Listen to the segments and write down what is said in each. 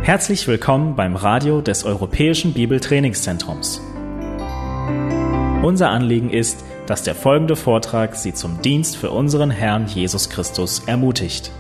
Herzlich willkommen beim Radio des Europäischen Bibeltrainingszentrums. Unser Anliegen ist, dass der folgende Vortrag Sie zum Dienst für unseren Herrn Jesus Christus ermutigt.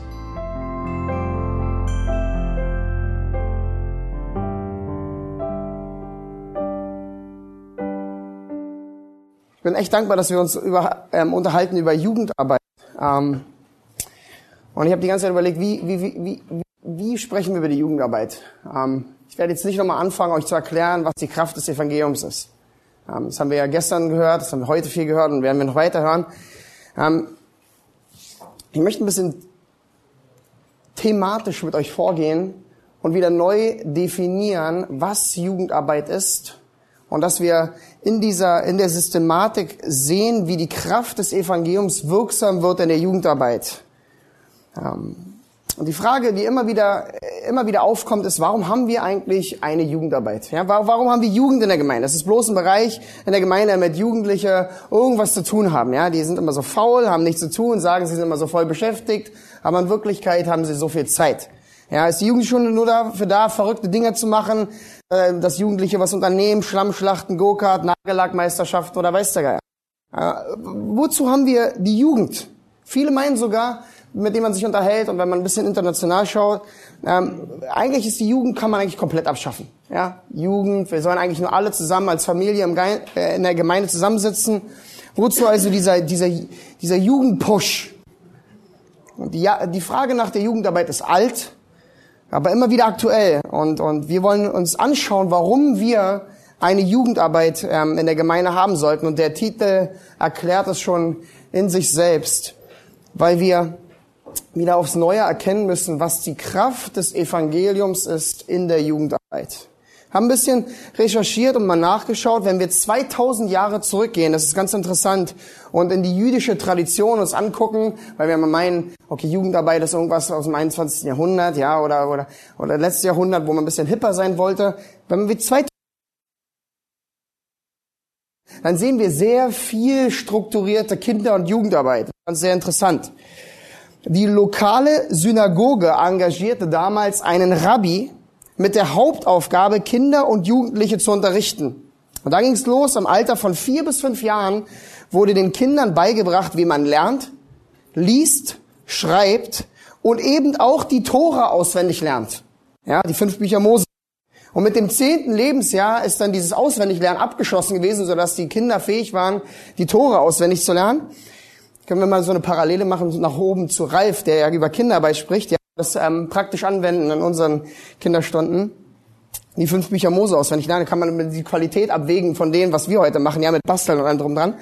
Ich bin echt dankbar, dass wir uns unterhalten über Jugendarbeit. Und ich habe die ganze Zeit überlegt, wie sprechen wir über die Jugendarbeit? Ich werde jetzt nicht nochmal anfangen, euch zu erklären, was die Kraft des Evangeliums ist. Das haben wir ja gestern gehört, das haben wir heute viel gehört und werden wir noch weiter hören. Ich möchte ein bisschen thematisch mit euch vorgehen und wieder neu definieren, was Jugendarbeit ist. Und dass wir in der Systematik sehen, wie die Kraft des Evangeliums wirksam wird in der Jugendarbeit. Und die Frage, die immer wieder aufkommt, ist, warum haben wir eigentlich eine Jugendarbeit? Ja, warum haben wir Jugend in der Gemeinde? Das ist bloß ein Bereich in der Gemeinde, mit Jugendlichen irgendwas zu tun haben. Ja, die sind immer so faul, haben nichts zu tun, sagen, sie sind immer so voll beschäftigt, aber in Wirklichkeit haben sie so viel Zeit. Ja, ist die Jugendschule nur dafür da, verrückte Dinge zu machen, dass Jugendliche was unternehmen, Schlammschlachten, Go-Kart, Nagellackmeisterschaft oder weiß der Geier. Wozu haben wir die Jugend? Viele meinen sogar, mit denen man sich unterhält und wenn man ein bisschen international schaut, eigentlich ist die Jugend, kann man eigentlich komplett abschaffen. Ja, Jugend, wir sollen eigentlich nur alle zusammen als Familie in der Gemeinde zusammensitzen. Wozu also dieser Jugendpush? Und die Frage nach der Jugendarbeit ist alt, aber immer wieder aktuell. Und wir wollen uns anschauen, warum wir eine Jugendarbeit in der Gemeinde haben sollten. Und der Titel erklärt es schon in sich selbst, weil wir wieder aufs Neue erkennen müssen, was die Kraft des Evangeliums ist in der Jugendarbeit. Haben ein bisschen recherchiert und mal nachgeschaut, wenn wir 2000 Jahre zurückgehen, das ist ganz interessant, und in die jüdische Tradition uns angucken, weil wir immer meinen, okay, Jugendarbeit ist irgendwas aus dem 21. Jahrhundert, ja, oder letztes Jahrhundert, wo man ein bisschen hipper sein wollte. Wenn wir 2000, dann sehen wir sehr viel strukturierte Kinder- und Jugendarbeit. Das ist sehr interessant. Die lokale Synagoge engagierte damals einen Rabbi mit der Hauptaufgabe, Kinder und Jugendliche zu unterrichten. Und da ging es los, im Alter von 4 bis 5 Jahren wurde den Kindern beigebracht, wie man lernt, liest, schreibt und eben auch die Tora auswendig lernt. Ja, die 5 Bücher Mose. Und mit dem 10. Lebensjahr ist dann dieses Auswendiglernen abgeschlossen gewesen, sodass die Kinder fähig waren, die Tora auswendig zu lernen. Können wir mal so eine Parallele machen nach oben zu Ralf, der ja über Kinderarbeit spricht, ja, das praktisch anwenden in unseren Kinderstunden. Die 5 Bücher Mose auswendig lernen, kann man die Qualität abwägen von dem, was wir heute machen, ja, mit Basteln und allem drum dran.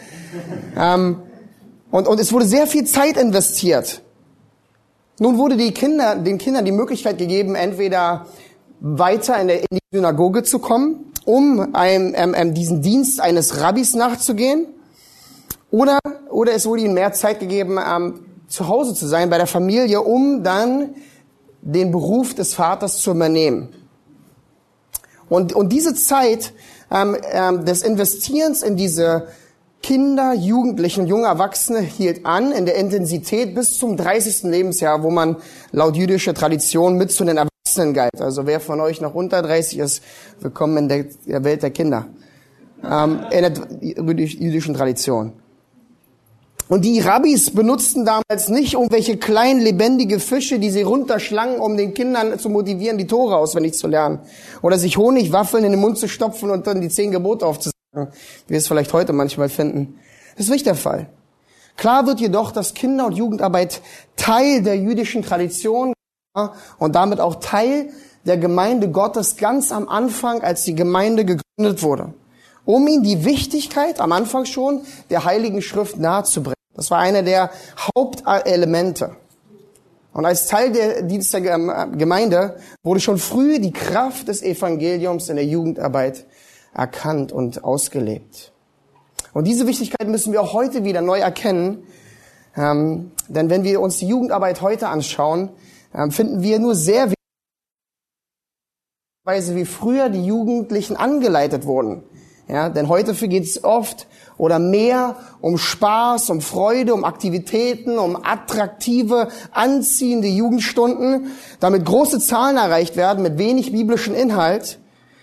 Und es wurde sehr viel Zeit investiert. Nun wurde den Kindern die Möglichkeit gegeben, entweder weiter in die Synagoge zu kommen, um diesen Dienst eines Rabbis nachzugehen, oder es wurde ihnen mehr Zeit gegeben, zu Hause zu sein, bei der Familie, um dann den Beruf des Vaters zu übernehmen. Und diese Zeit des Investierens in diese Kinder, Jugendlichen und junge Erwachsene hielt an in der Intensität bis zum 30. Lebensjahr, wo man laut jüdischer Tradition mit zu den Erwachsenen galt. Also wer von euch noch unter 30 ist, willkommen in der Welt der Kinder. In der jüdischen Tradition. Und die Rabbis benutzten damals nicht irgendwelche kleinen lebendige Fische, die sie runterschlangen, um den Kindern zu motivieren, die Tora auswendig zu lernen. Oder sich Honigwaffeln in den Mund zu stopfen und dann die 10 Gebote aufzusagen, wie wir es vielleicht heute manchmal finden. Das ist nicht der Fall. Klar wird jedoch, dass Kinder- und Jugendarbeit Teil der jüdischen Tradition war und damit auch Teil der Gemeinde Gottes ganz am Anfang, als die Gemeinde gegründet wurde, um ihnen die Wichtigkeit am Anfang schon der Heiligen Schrift nahezubringen. Das war einer der Hauptelemente. Und als Teil der Dienst der Gemeinde wurde schon früh die Kraft des Evangeliums in der Jugendarbeit erkannt und ausgelebt. Und diese Wichtigkeit müssen wir auch heute wieder neu erkennen. Denn wenn wir uns die Jugendarbeit heute anschauen, finden wir nur sehr wenig Weise, wie früher die Jugendlichen angeleitet wurden. Ja, denn heute geht es oft oder mehr um Spaß, um Freude, um Aktivitäten, um attraktive, anziehende Jugendstunden, damit große Zahlen erreicht werden mit wenig biblischen Inhalt.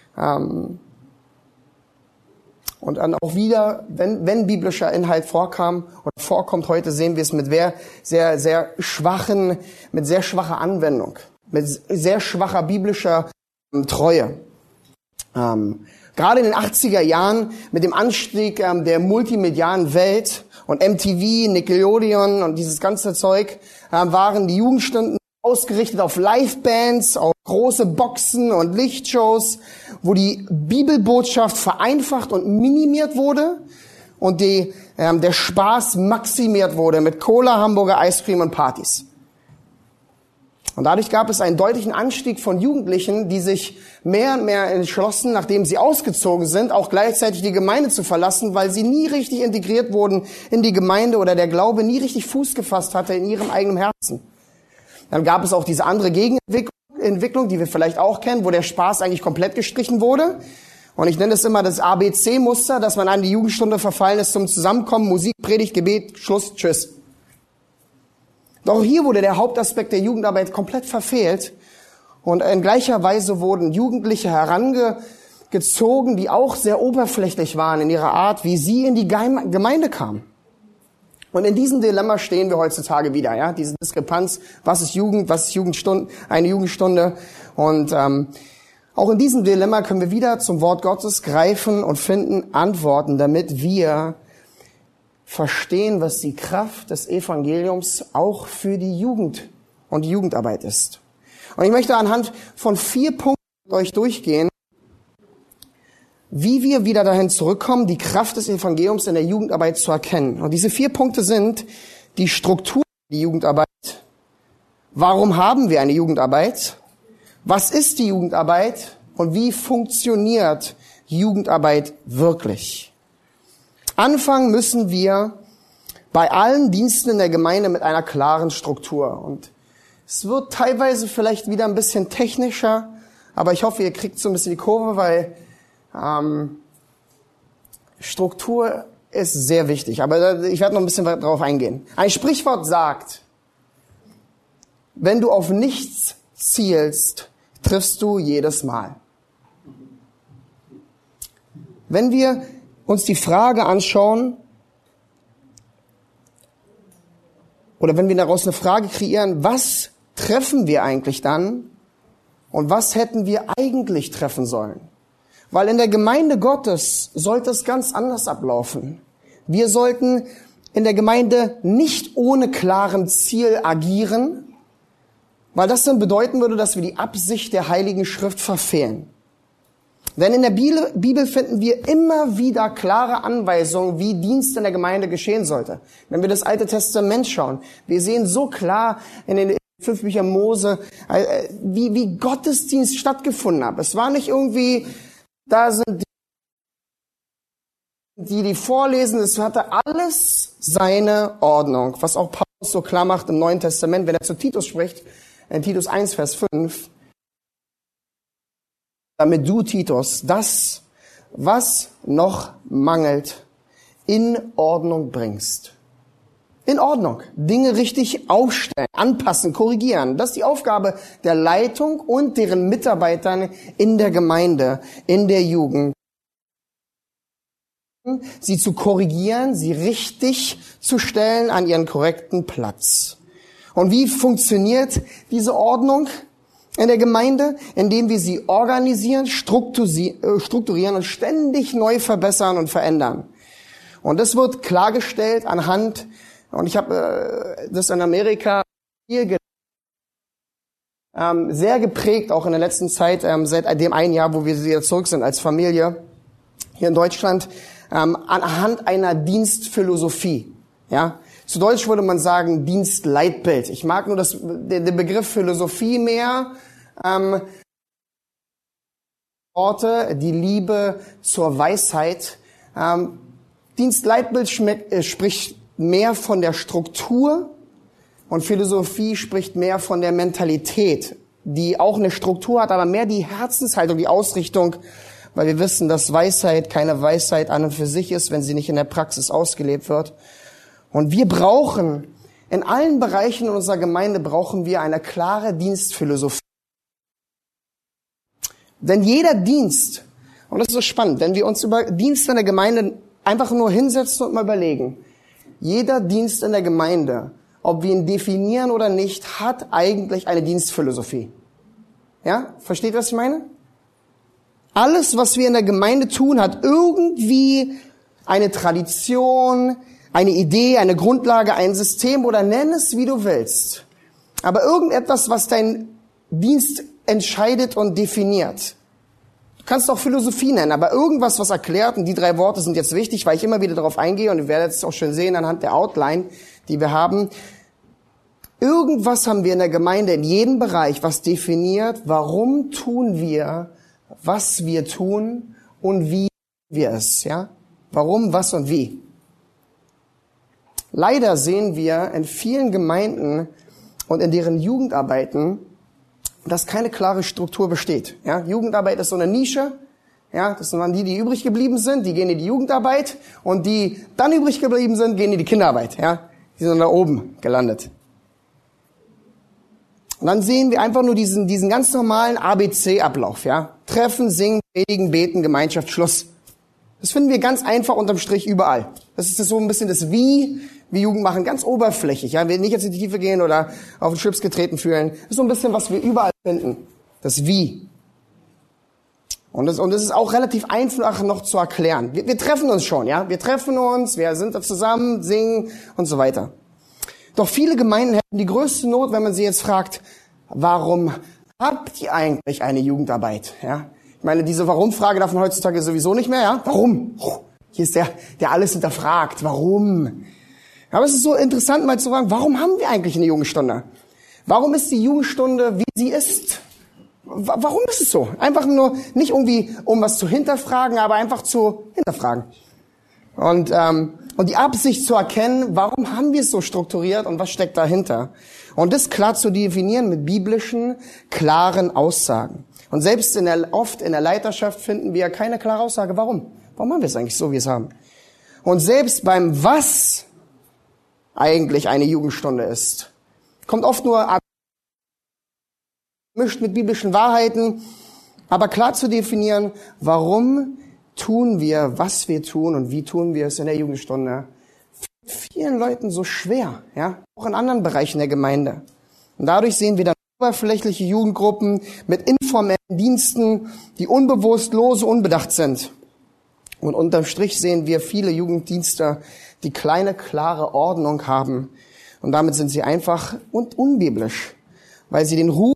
Und dann auch wieder, wenn biblischer Inhalt vorkommt heute, sehen wir es mit sehr schwacher Anwendung, mit sehr schwacher biblischer Treue. Gerade in den 80er Jahren mit dem Anstieg der multimedialen Welt und MTV, Nickelodeon und dieses ganze Zeug, waren die Jugendstunden ausgerichtet auf Livebands, auf große Boxen und Lichtshows, wo die Bibelbotschaft vereinfacht und minimiert wurde und der Spaß maximiert wurde mit Cola, Hamburger Eiscreme und Partys. Und dadurch gab es einen deutlichen Anstieg von Jugendlichen, die sich mehr und mehr entschlossen, nachdem sie ausgezogen sind, auch gleichzeitig die Gemeinde zu verlassen, weil sie nie richtig integriert wurden in die Gemeinde oder der Glaube nie richtig Fuß gefasst hatte in ihrem eigenen Herzen. Dann gab es auch diese andere Gegenentwicklung, die wir vielleicht auch kennen, wo der Spaß eigentlich komplett gestrichen wurde. Und ich nenne es immer das ABC-Muster, dass man an die Jugendstunde verfallen ist zum Zusammenkommen, Musik, Predigt, Gebet, Schluss, Tschüss. Doch hier wurde der Hauptaspekt der Jugendarbeit komplett verfehlt. Und in gleicher Weise wurden Jugendliche herangezogen, die auch sehr oberflächlich waren in ihrer Art, wie sie in die Gemeinde kamen. Und in diesem Dilemma stehen wir heutzutage wieder, ja, diese Diskrepanz, was ist Jugend, was ist Jugendstunde, eine Jugendstunde. Und auch in diesem Dilemma können wir wieder zum Wort Gottes greifen und finden Antworten, damit wir verstehen, was die Kraft des Evangeliums auch für die Jugend und die Jugendarbeit ist. Und ich möchte anhand von 4 Punkten mit euch durchgehen, wie wir wieder dahin zurückkommen, die Kraft des Evangeliums in der Jugendarbeit zu erkennen. Und diese 4 Punkte sind die Struktur der Jugendarbeit. Warum haben wir eine Jugendarbeit? Was ist die Jugendarbeit? Und wie funktioniert Jugendarbeit wirklich? Anfangen müssen wir bei allen Diensten in der Gemeinde mit einer klaren Struktur. Und es wird teilweise vielleicht wieder ein bisschen technischer, aber ich hoffe, ihr kriegt so ein bisschen die Kurve, weil Struktur ist sehr wichtig. Aber ich werde noch ein bisschen darauf eingehen. Ein Sprichwort sagt, wenn du auf nichts zielst, triffst du jedes Mal. Wenn wir uns die Frage anschauen, oder wenn wir daraus eine Frage kreieren, was treffen wir eigentlich dann und was hätten wir eigentlich treffen sollen? Weil in der Gemeinde Gottes sollte es ganz anders ablaufen. Wir sollten in der Gemeinde nicht ohne klarem Ziel agieren, weil das dann bedeuten würde, dass wir die Absicht der Heiligen Schrift verfehlen. Denn in der Bibel finden wir immer wieder klare Anweisungen, wie Dienst in der Gemeinde geschehen sollte. Wenn wir das Alte Testament schauen, wir sehen so klar in den 5 Büchern Mose, wie Gottesdienst stattgefunden hat. Es war nicht irgendwie, da sind die vorlesen, es hatte alles seine Ordnung. Was auch Paulus so klar macht im Neuen Testament, wenn er zu Titus spricht, in Titus 1, Vers 5, damit du, Titus, das, was noch mangelt, in Ordnung bringst. In Ordnung. Dinge richtig aufstellen, anpassen, korrigieren. Das ist die Aufgabe der Leitung und deren Mitarbeitern in der Gemeinde, in der Jugend. Sie zu korrigieren, sie richtig zu stellen an ihren korrekten Platz. Und wie funktioniert diese Ordnung in der Gemeinde? Indem wir sie organisieren, strukturieren und ständig neu verbessern und verändern. Und das wird klargestellt anhand, und ich habe das in Amerika hier sehr geprägt, auch in der letzten Zeit, seit dem einen Jahr, wo wir wieder zurück sind als Familie, hier in Deutschland, anhand einer Dienstphilosophie. Ja, zu Deutsch würde man sagen Dienstleitbild. Ich mag nur den Begriff Philosophie mehr. Worte, die Liebe zur Weisheit. Dienstleitbild spricht mehr von der Struktur und Philosophie spricht mehr von der Mentalität, die auch eine Struktur hat, aber mehr die Herzenshaltung, die Ausrichtung, weil wir wissen, dass Weisheit keine Weisheit an und für sich ist, wenn sie nicht in der Praxis ausgelebt wird. Und wir brauchen, in allen Bereichen unserer Gemeinde brauchen wir eine klare Dienstphilosophie. Denn jeder Dienst, und das ist so spannend, wenn wir uns über Dienste in der Gemeinde einfach nur hinsetzen und mal überlegen, jeder Dienst in der Gemeinde, ob wir ihn definieren oder nicht, hat eigentlich eine Dienstphilosophie. Ja? Versteht ihr, was ich meine? Alles, was wir in der Gemeinde tun, hat irgendwie eine Tradition, eine Idee, eine Grundlage, ein System oder nenn es, wie du willst. Aber irgendetwas, was dein Dienst entscheidet und definiert. Du kannst auch Philosophie nennen, aber irgendwas, was erklärt, und die 3 Worte sind jetzt wichtig, weil ich immer wieder darauf eingehe und ihr werdet es auch schon sehen anhand der Outline, die wir haben. Irgendwas haben wir in der Gemeinde in jedem Bereich, was definiert, warum tun wir, was wir tun und wie wir es, ja? Warum, was und wie. Leider sehen wir in vielen Gemeinden und in deren Jugendarbeiten, dass keine klare Struktur besteht. Ja, Jugendarbeit ist so eine Nische. Ja, das sind dann die übrig geblieben sind, die gehen in die Jugendarbeit und die dann übrig geblieben sind, gehen in die Kinderarbeit. Ja, die sind da oben gelandet. Und dann sehen wir einfach nur diesen ganz normalen ABC-Ablauf. Ja, Treffen, singen, predigen, beten, Gemeinschaft, Schluss. Das finden wir ganz einfach unterm Strich überall. Das ist so ein bisschen das Wie Jugend machen, ganz oberflächlich. Ja, wir nicht jetzt in die Tiefe gehen oder auf den Schlips getreten fühlen. Das ist so ein bisschen, was wir überall finden. Das Wie. Und das ist auch relativ einfach noch zu erklären. Wir treffen uns schon, ja. Wir treffen uns, wir sind da zusammen, singen und so weiter. Doch viele Gemeinden hätten die größte Not, wenn man sie jetzt fragt, warum habt ihr eigentlich eine Jugendarbeit? Ja. Ich meine, diese Warum-Frage darf man heutzutage sowieso nicht mehr, ja? Warum? Hier ist der alles hinterfragt. Warum? Aber es ist so interessant, mal zu fragen, warum haben wir eigentlich eine Jugendstunde? Warum ist die Jugendstunde, wie sie ist? Warum ist es so? Einfach nur, nicht irgendwie, um was zu hinterfragen, aber einfach zu hinterfragen. Und die Absicht zu erkennen, warum haben wir es so strukturiert und was steckt dahinter? Und das klar zu definieren mit biblischen, klaren Aussagen. Und selbst oft in der Leiterschaft finden wir keine klare Aussage. Warum? Warum haben wir es eigentlich so, wie wir es haben? Und selbst beim Was eigentlich eine Jugendstunde ist, kommt oft nur mischt mit biblischen Wahrheiten, aber klar zu definieren, warum tun wir, was wir tun und wie tun wir es in der Jugendstunde, fällt vielen Leuten so schwer, ja, auch in anderen Bereichen der Gemeinde. Und dadurch sehen wir dann oberflächliche Jugendgruppen mit informellen Diensten, die unbewusst, lose, unbedacht sind. Und unterm Strich sehen wir viele Jugenddienste, die keine klare Ordnung haben. Und damit sind sie einfach und unbiblisch, weil sie den Ruf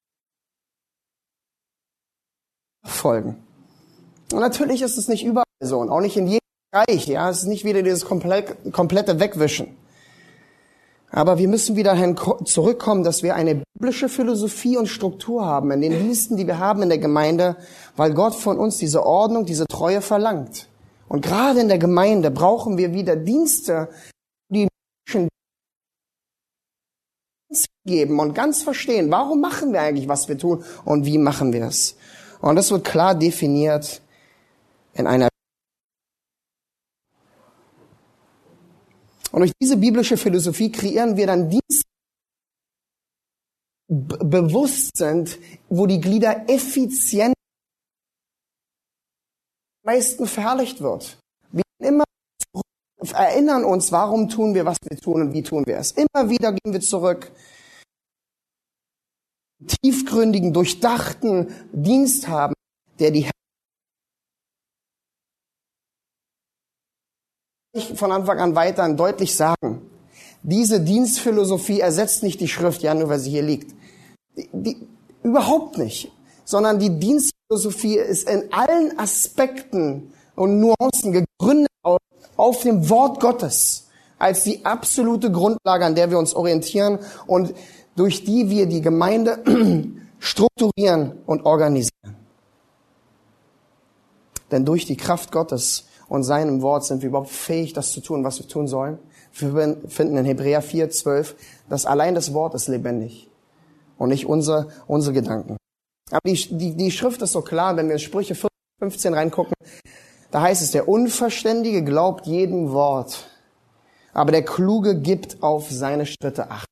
folgen. Und natürlich ist es nicht überall so und auch nicht in jedem Bereich. Ja, es ist nicht wieder dieses komplette Wegwischen. Aber wir müssen wieder zurückkommen, dass wir eine biblische Philosophie und Struktur haben in den Diensten, die wir haben in der Gemeinde, weil Gott von uns diese Ordnung, diese Treue verlangt. Und gerade in der Gemeinde brauchen wir wieder Dienste, die Menschen geben und ganz verstehen, warum machen wir eigentlich, was wir tun und wie machen wir es. Und das wird klar definiert in einer. Und durch diese biblische Philosophie kreieren wir dann Dienste, bewusst sind, wo die Glieder effizient am meisten verherrlicht wird. Wir immer erinnern uns, warum tun wir, was wir tun und wie tun wir es. Immer wieder gehen wir zurück. Tiefgründigen, durchdachten Dienst haben, der die von Anfang an weiter deutlich sagen. Diese Dienstphilosophie ersetzt nicht die Schrift, ja, nur weil sie hier liegt. Überhaupt nicht. Sondern die Dienstphilosophie ist in allen Aspekten und Nuancen gegründet auf dem Wort Gottes als die absolute Grundlage, an der wir uns orientieren und durch die wir die Gemeinde strukturieren und organisieren. Denn durch die Kraft Gottes und seinem Wort sind wir überhaupt fähig, das zu tun, was wir tun sollen. Wir finden in Hebräer 4,12, dass allein das Wort ist lebendig und nicht unsere Gedanken. Aber die Schrift ist so klar, wenn wir in Sprüche 14 15 reingucken, da heißt es, der Unverständige glaubt jedem Wort, aber der Kluge gibt auf seine Schritte Acht.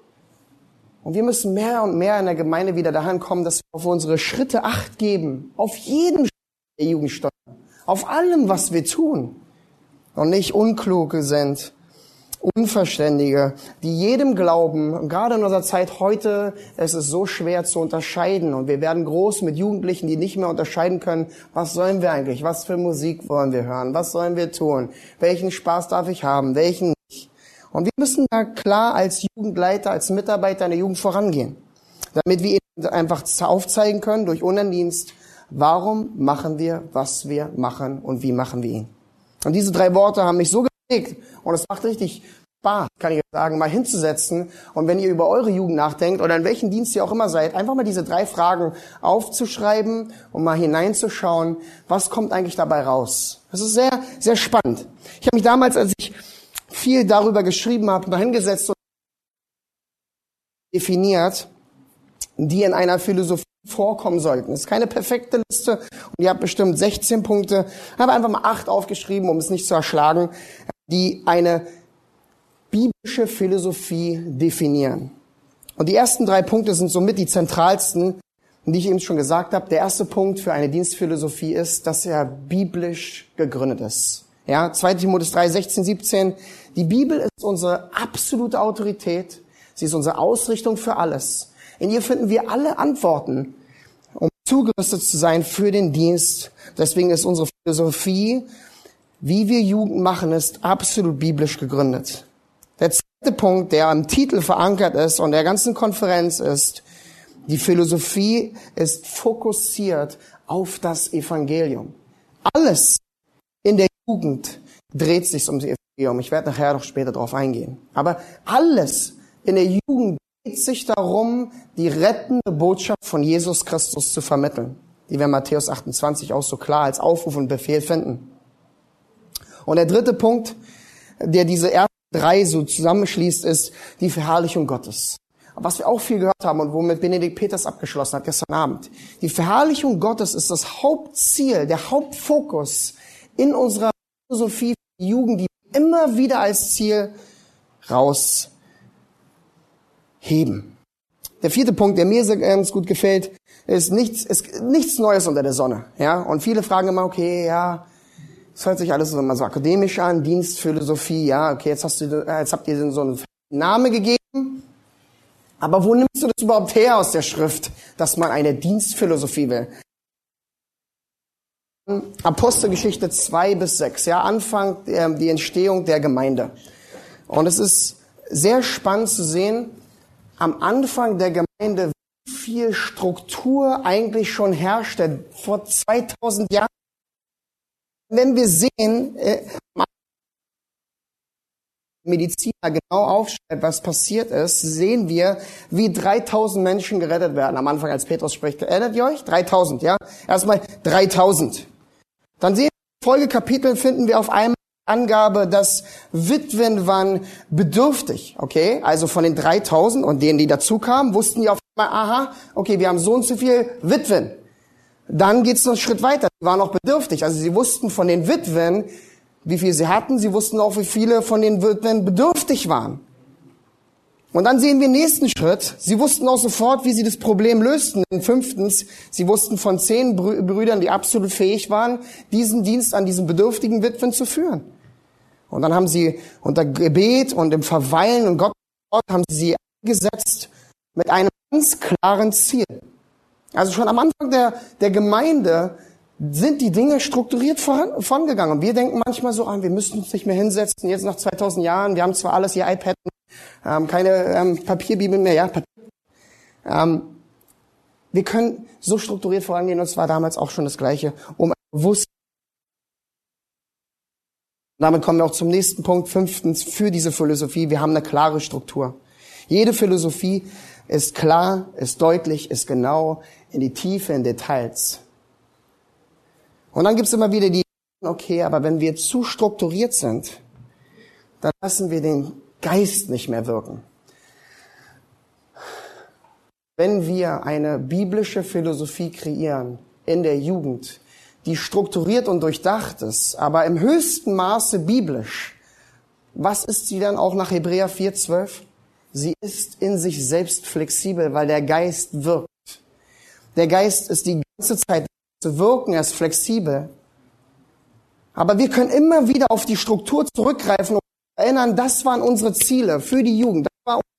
Und wir müssen mehr und mehr in der Gemeinde wieder dahin kommen, dass wir auf unsere Schritte Acht geben. Auf jeden Schritt der Jugendstunde. Auf allem, was wir tun. Und nicht Unkluge sind. Unverständige, die jedem glauben. Und gerade in unserer Zeit heute, es ist so schwer zu unterscheiden. Und wir werden groß mit Jugendlichen, die nicht mehr unterscheiden können, was sollen wir eigentlich? Was für Musik wollen wir hören? Was sollen wir tun? Welchen Spaß darf ich haben? Welchen nicht? Und wir müssen da klar als Jugendleiter, als Mitarbeiter in der Jugend vorangehen, damit wir ihnen einfach aufzeigen können durch unseren Dienst, warum machen wir, was wir machen und wie machen wir ihn. Und diese 3 Worte haben mich so geprägt und es macht richtig Spaß, kann ich sagen, mal hinzusetzen und wenn ihr über eure Jugend nachdenkt oder in welchem Dienst ihr auch immer seid, einfach mal diese 3 Fragen aufzuschreiben und mal hineinzuschauen, was kommt eigentlich dabei raus. Das ist sehr, sehr spannend. Ich habe mich damals, als ich viel darüber geschrieben habe, mal hingesetzt und definiert, die in einer Philosophie vorkommen sollten. Das ist keine perfekte Liste und ihr habt bestimmt 16 Punkte. Ich habe einfach mal 8 aufgeschrieben, um es nicht zu erschlagen, die eine biblische Philosophie definieren. Und die ersten 3 Punkte sind somit die zentralsten, die ich eben schon gesagt habe. Der erste Punkt für eine Dienstphilosophie ist, dass er biblisch gegründet ist. Ja, 2. Timotheus 3, 16, 17. Die Bibel ist unsere absolute Autorität. Sie ist unsere Ausrichtung für alles. In ihr finden wir alle Antworten, um zugerüstet zu sein für den Dienst. Deswegen ist unsere Philosophie, wie wir Jugend machen, ist absolut biblisch gegründet. Der zweite Punkt, der im Titel verankert ist und der ganzen Konferenz ist, die Philosophie ist fokussiert auf das Evangelium. Alles in der Jugend dreht sich ums Evangelium. Ich werde nachher noch später darauf eingehen. Aber alles in der Jugend dreht sich darum, die rettende Botschaft von Jesus Christus zu vermitteln, die wir in Matthäus 28 auch so klar als Aufruf und Befehl finden. Und der dritte Punkt, der diese ersten 3 so zusammenschließt, ist die Verherrlichung Gottes. Was wir auch viel gehört haben und womit Benedikt Peters abgeschlossen hat gestern Abend. Die Verherrlichung Gottes ist das Hauptziel, der Hauptfokus in unserer Philosophie für die Jugend, die wir immer wieder als Ziel rausheben. Der 4. Punkt, der mir ganz gut gefällt, ist nichts Neues unter der Sonne. Ja? Und viele fragen immer, okay, ja, es hört sich alles immer so akademisch an, Dienstphilosophie, ja, okay, jetzt habt ihr so einen Namen gegeben. Aber wo nimmst du das überhaupt her aus der Schrift, dass man eine Dienstphilosophie will? Apostelgeschichte 2 bis 6, ja, Anfang die Entstehung der Gemeinde. Und es ist sehr spannend zu sehen, am Anfang der Gemeinde, wie viel Struktur eigentlich schon herrschte vor 2000 Jahren. Wenn wir sehen, Mediziner genau aufschreibt, was passiert ist, sehen wir, wie 3000 Menschen gerettet werden. Am Anfang, als Petrus spricht, erinnert ihr euch? 3000, ja? Erstmal 3000. Dann sehen wir, in Folgekapiteln finden wir auf einmal Angabe, dass Witwen waren bedürftig, okay? Also von den 3000 und denen, die dazu kamen, wussten die auf einmal, aha, okay, wir haben so und so viel Witwen. Dann geht's noch einen Schritt weiter. Sie waren auch bedürftig. Also sie wussten von den Witwen, wie viel sie hatten. Sie wussten auch, wie viele von den Witwen bedürftig waren. Und dann sehen wir den nächsten Schritt. Sie wussten auch sofort, wie sie das Problem lösten. Und 5. Sie wussten von 10 Brüdern, die absolut fähig waren, diesen Dienst an diesen bedürftigen Witwen zu führen. Und dann haben sie unter Gebet und im Verweilen und Gott haben sie eingesetzt mit einem ganz klaren Ziel. Also schon am Anfang der Gemeinde sind die Dinge strukturiert vorangegangen. Und wir denken manchmal so an, wir müssten uns nicht mehr hinsetzen, jetzt nach 2000 Jahren, wir haben zwar alles hier iPad, keine Papierbibel mehr, ja, wir können so strukturiert vorangehen, und es war damals auch schon das Gleiche, um bewusst. Damit kommen wir auch zum nächsten Punkt, 5. für diese Philosophie. Wir haben eine klare Struktur. Jede Philosophie ist klar, ist deutlich, ist genau, in die Tiefe, in Details. Und dann gibt's immer wieder die, okay, aber wenn wir zu strukturiert sind, dann lassen wir den Geist nicht mehr wirken. Wenn wir eine biblische Philosophie kreieren in der Jugend, die strukturiert und durchdacht ist, aber im höchsten Maße biblisch, was ist sie dann auch nach Hebräer 4,12? Sie ist in sich selbst flexibel, weil der Geist wirkt. Der Geist ist die ganze Zeit zu wirken, er ist flexibel. Aber wir können immer wieder auf die Struktur zurückgreifen und erinnern, das waren unsere Ziele für die Jugend. Das war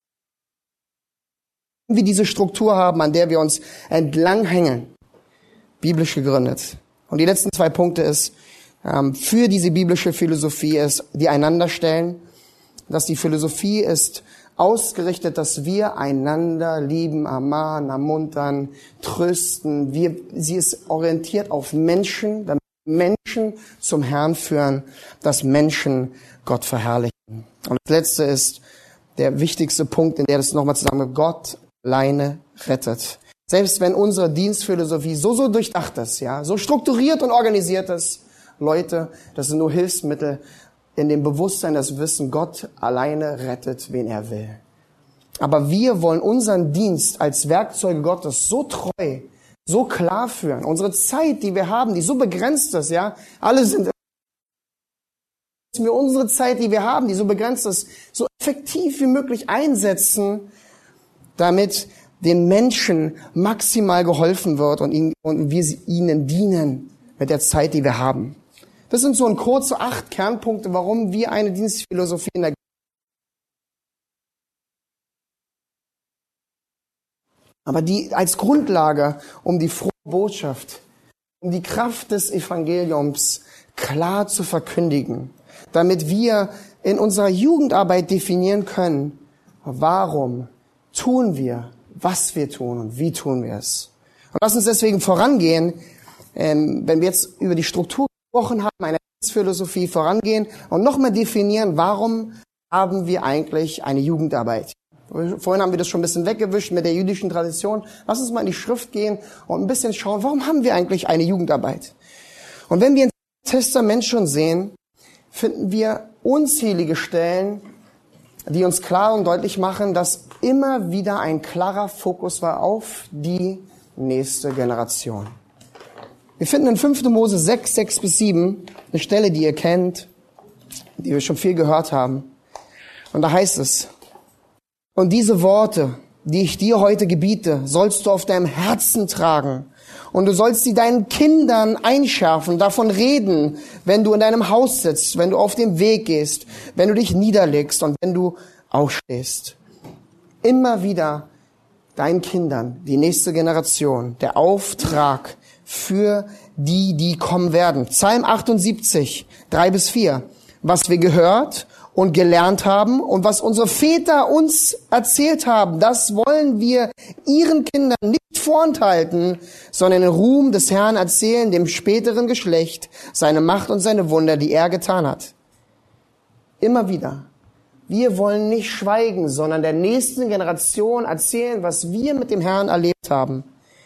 wir diese Struktur haben, an der wir uns entlanghängen. Biblisch gegründet. Und die letzten 2 Punkte ist, für diese biblische Philosophie ist die Einanderstellen, dass die Philosophie ist ausgerichtet, dass wir einander lieben, ermahnen, ermuntern, trösten. Sie ist orientiert auf Menschen, damit Menschen zum Herrn führen, dass Menschen Gott verherrlichen. Und das letzte ist der wichtigste Punkt, in der das nochmal zusammen, Gott alleine rettet. Selbst wenn unsere Dienstphilosophie so durchdacht ist, ja, so strukturiert und organisiert ist, Leute, das sind nur Hilfsmittel in dem Bewusstsein, das Wissen, Gott alleine rettet, wen er will. Aber wir wollen unseren Dienst als Werkzeuge Gottes so treu, so klar führen. Unsere Zeit, die wir haben, die so begrenzt ist, ja, alle sind wir unsere Zeit, die wir haben, die so begrenzt ist, so effektiv wie möglich einsetzen, damit den Menschen maximal geholfen wird und wir ihnen dienen mit der Zeit, die wir haben. Das sind so ein kurze 8 Kernpunkte, warum wir eine Dienstphilosophie in der aber die als Grundlage, um die frohe Botschaft, um die Kraft des Evangeliums klar zu verkündigen, damit wir in unserer Jugendarbeit definieren können, warum tun wir, was wir tun und wie tun wir es. Und lass uns deswegen vorangehen, wenn wir jetzt über die Struktur gesprochen haben, eine Philosophie vorangehen und nochmal definieren, warum haben wir eigentlich eine Jugendarbeit. Vorhin haben wir das schon ein bisschen weggewischt mit der jüdischen Tradition. Lass uns mal in die Schrift gehen und ein bisschen schauen, warum haben wir eigentlich eine Jugendarbeit? Und wenn wir ins Testament schon sehen, finden wir unzählige Stellen, die uns klar und deutlich machen, dass immer wieder ein klarer Fokus war auf die nächste Generation. Wir finden in 5. Mose 6:6-7 eine Stelle, die ihr kennt, die wir schon viel gehört haben. Und da heißt es: Und diese Worte, die ich dir heute gebiete, sollst du auf deinem Herzen tragen. Und du sollst sie deinen Kindern einschärfen, davon reden, wenn du in deinem Haus sitzt, wenn du auf dem Weg gehst, wenn du dich niederlegst und wenn du aufstehst. Immer wieder deinen Kindern, die nächste Generation, der Auftrag für die kommen werden. Psalm 78, 3-4. Was wir gehört und gelernt haben und was unsere Väter uns erzählt haben, das wollen wir ihren Kindern nicht vorenthalten, sondern den Ruhm des Herrn erzählen, dem späteren Geschlecht, seine Macht und seine Wunder, die er getan hat. Immer wieder. Wir wollen nicht schweigen, sondern der nächsten Generation erzählen, was wir mit dem Herrn erlebt haben.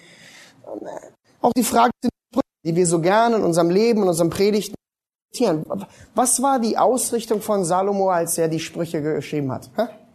Auch die Frage, die wir so gerne in unserem Leben, in unserem Predigten diskutieren. Was war die Ausrichtung von Salomo, als er die Sprüche geschrieben hat?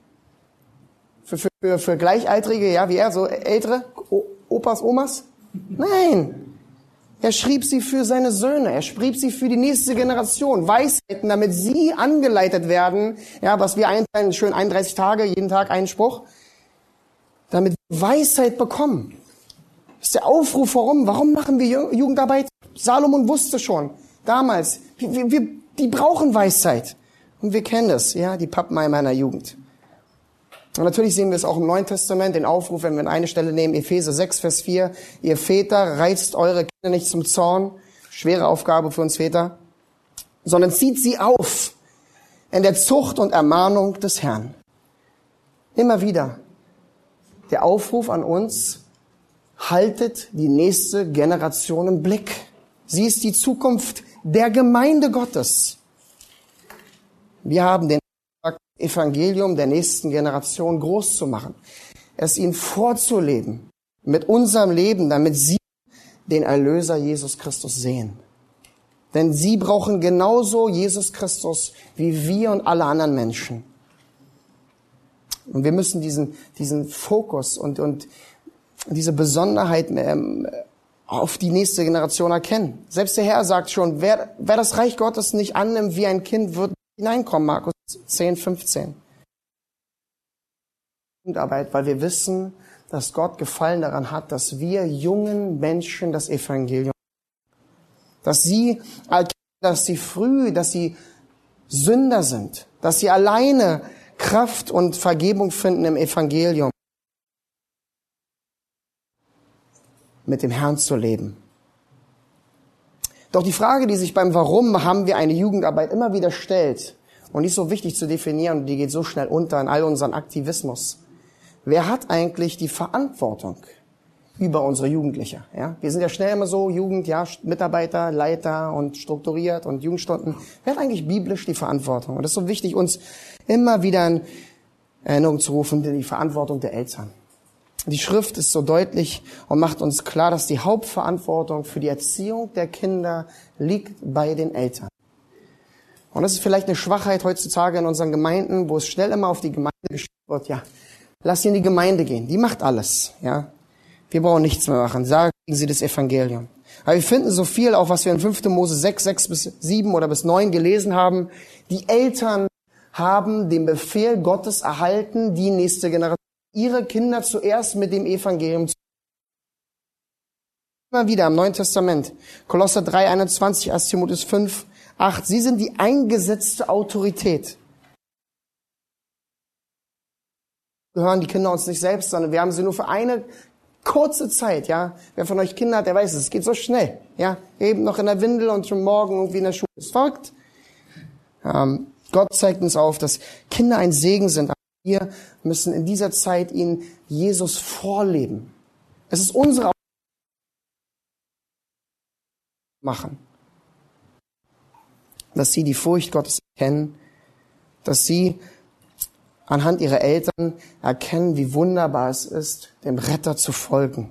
Für Gleichaltrige, ja, wie er, so ältere Opas, Omas? Nein. Er schrieb sie für seine Söhne. Er schrieb sie für die nächste Generation. Weisheiten, damit sie angeleitet werden. Ja, was wir einteilen, schön 31 Tage, jeden Tag einen Spruch. Damit wir Weisheit bekommen. Das ist der Aufruf, warum machen wir Jugendarbeit? Salomon wusste schon, damals, die brauchen Weisheit. Und wir kennen das, ja, die Pappenheimer meiner Jugend. Und natürlich sehen wir es auch im Neuen Testament, den Aufruf, wenn wir an eine Stelle nehmen, Epheser 6:4, ihr Väter, reizt eure Kinder nicht zum Zorn, schwere Aufgabe für uns Väter, sondern zieht sie auf in der Zucht und Ermahnung des Herrn. Immer wieder der Aufruf an uns, haltet die nächste Generation im Blick. Sie ist die Zukunft der Gemeinde Gottes. Wir haben den Evangelium der nächsten Generation groß zu machen, es ihnen vorzuleben mit unserem Leben, damit sie den Erlöser Jesus Christus sehen. Denn sie brauchen genauso Jesus Christus wie wir und alle anderen Menschen. Und wir müssen diesen Fokus und diese Besonderheit auf die nächste Generation erkennen. Selbst der Herr sagt schon, wer das Reich Gottes nicht annimmt wie ein Kind, wird hineinkommen. Markus 10, 15. Jugendarbeit, weil wir wissen, dass Gott Gefallen daran hat, dass wir jungen Menschen das Evangelium, dass sie erkennen, dass sie Sünder sind, dass sie alleine Kraft und Vergebung finden im Evangelium, mit dem Herrn zu leben. Doch die Frage, die sich beim Warum haben wir eine Jugendarbeit immer wieder stellt, und die ist so wichtig zu definieren, und die geht so schnell unter in all unseren Aktivismus. Wer hat eigentlich die Verantwortung über unsere Jugendliche? Ja? Wir sind ja schnell immer so, Jugend, ja, Mitarbeiter, Leiter und strukturiert und Jugendstunden. Wer hat eigentlich biblisch die Verantwortung? Und das ist so wichtig, uns immer wieder in Erinnerung zu rufen, die Verantwortung der Eltern. Die Schrift ist so deutlich und macht uns klar, dass die Hauptverantwortung für die Erziehung der Kinder liegt bei den Eltern. Und das ist vielleicht eine Schwachheit heutzutage in unseren Gemeinden, wo es schnell immer auf die Gemeinde geschaut wird. Ja, lass sie in die Gemeinde gehen, die macht alles. Ja, wir brauchen nichts mehr machen, sagen sie das Evangelium. Aber wir finden so viel, auch was wir in 5. Mose 6 bis 7 oder bis 9 gelesen haben. Die Eltern haben den Befehl Gottes erhalten, die nächste Generation, ihre Kinder zuerst mit dem Evangelium zu. Immer wieder im Neuen Testament. Kolosser 3, 21, 1. Timotheus 5, 8. Sie sind die eingesetzte Autorität. Gehören die Kinder uns nicht selbst, sondern wir haben sie nur für eine kurze Zeit, ja. Wer von euch Kinder hat, der weiß es geht so schnell, ja. Eben noch in der Windel und schon morgen irgendwie in der Schule. Es folgt. Gott zeigt uns auf, dass Kinder ein Segen sind. Wir müssen in dieser Zeit ihnen Jesus vorleben. Es ist unsere Aufgabe, machen, dass sie die Furcht Gottes erkennen, dass sie anhand ihrer Eltern erkennen, wie wunderbar es ist, dem Retter zu folgen.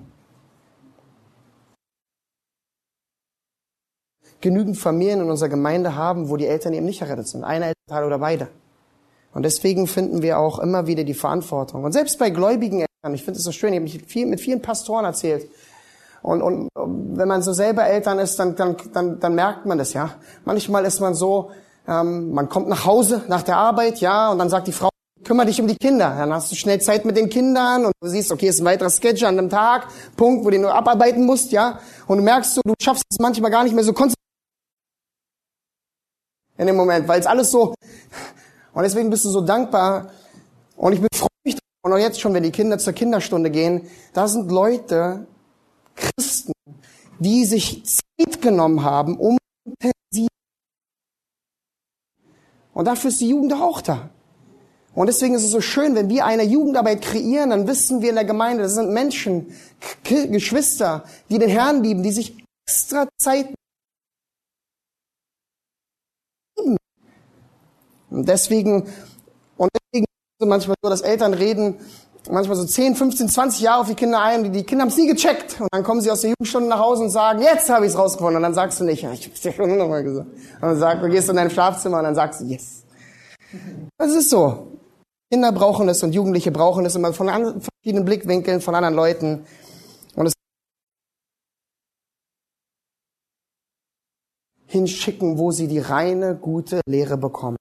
Genügend Familien in unserer Gemeinde haben, wo die Eltern eben nicht errettet sind. Ein Elternteil oder beide. Und deswegen finden wir auch immer wieder die Verantwortung. Und selbst bei gläubigen Eltern, ich finde es so schön, ich habe mit vielen Pastoren erzählt. Und wenn man so selber Eltern ist, dann merkt man das, ja. Manchmal ist man so, man kommt nach Hause nach der Arbeit, ja, und dann sagt die Frau, kümmere dich um die Kinder. Dann hast du schnell Zeit mit den Kindern und du siehst, okay, ist ein weiterer Sketch an einem Tag, Punkt, wo du nur abarbeiten musst, ja. Und du merkst so, du schaffst es manchmal gar nicht mehr so konzentriert in dem Moment, weil es alles so. Und deswegen bist du so dankbar. Und ich freue mich, und auch jetzt schon, wenn die Kinder zur Kinderstunde gehen, da sind Leute, Christen, die sich Zeit genommen haben, um intensiv. Und dafür ist die Jugend auch da. Und deswegen ist es so schön, wenn wir eine Jugendarbeit kreieren, dann wissen wir in der Gemeinde, das sind Menschen, Geschwister, die den Herrn lieben, die sich extra Zeit nehmen. Und deswegen ist es manchmal so, dass Eltern reden, manchmal so 10, 15, 20 Jahre auf die Kinder ein, die Kinder haben es nie gecheckt. Und dann kommen sie aus der Jugendstunde nach Hause und sagen, jetzt habe ich es rausgefunden. Und dann sagst du nicht, ja, ich hab's dir schon nochmal gesagt. Und dann du gehst in dein Schlafzimmer und dann sagst du, yes. Das ist so. Kinder brauchen es und Jugendliche brauchen es immer von verschiedenen Blickwinkeln, von anderen Leuten. Und es hinschicken, wo sie die reine, gute Lehre bekommen.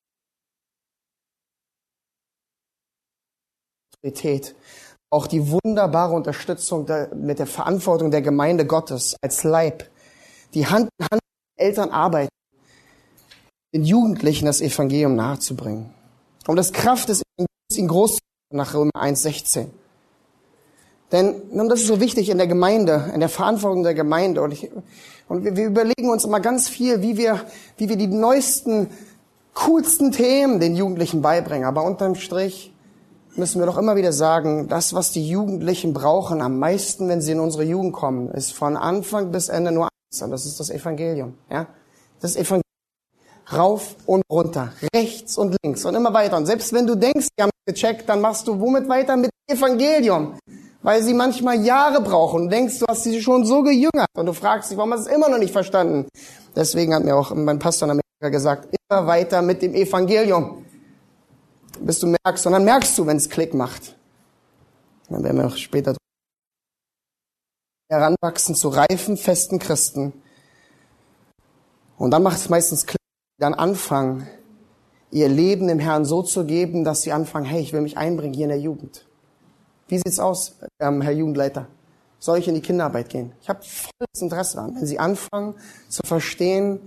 Auch die wunderbare Unterstützung mit der Verantwortung der Gemeinde Gottes als Leib, die Hand in Hand mit den Eltern arbeiten, den Jugendlichen das Evangelium nahezubringen. Und das Kraft des Evangeliums, ihn groß zu machen, nach Römer 1,16. Denn das ist so wichtig in der Gemeinde, in der Verantwortung der Gemeinde. Und wir überlegen uns immer ganz viel, wie wir die neuesten, coolsten Themen den Jugendlichen beibringen. Aber unterm Strich müssen wir doch immer wieder sagen, das, was die Jugendlichen brauchen am meisten, wenn sie in unsere Jugend kommen, ist von Anfang bis Ende nur eins. Und das ist das Evangelium. Ja? Das Evangelium. Rauf und runter, rechts und links und immer weiter. Und selbst wenn du denkst, die haben es gecheckt, dann machst du womit weiter? Mit dem Evangelium. Weil sie manchmal Jahre brauchen. Und denkst, du hast sie schon so gejüngert. Und du fragst dich, warum hast du es immer noch nicht verstanden? Deswegen hat mir auch mein Pastor in Amerika gesagt, immer weiter mit dem Evangelium. Bis du merkst, und dann merkst du, wenn es Klick macht. Dann werden wir auch später heranwachsen zu reifen, festen Christen. Und dann macht es meistens klar, dann anfangen, ihr Leben dem Herrn so zu geben, dass sie anfangen, hey, ich will mich einbringen hier in der Jugend. Wie sieht's aus, Herr Jugendleiter? Soll ich in die Kinderarbeit gehen? Ich habe volles Interesse daran. Wenn Sie anfangen zu verstehen,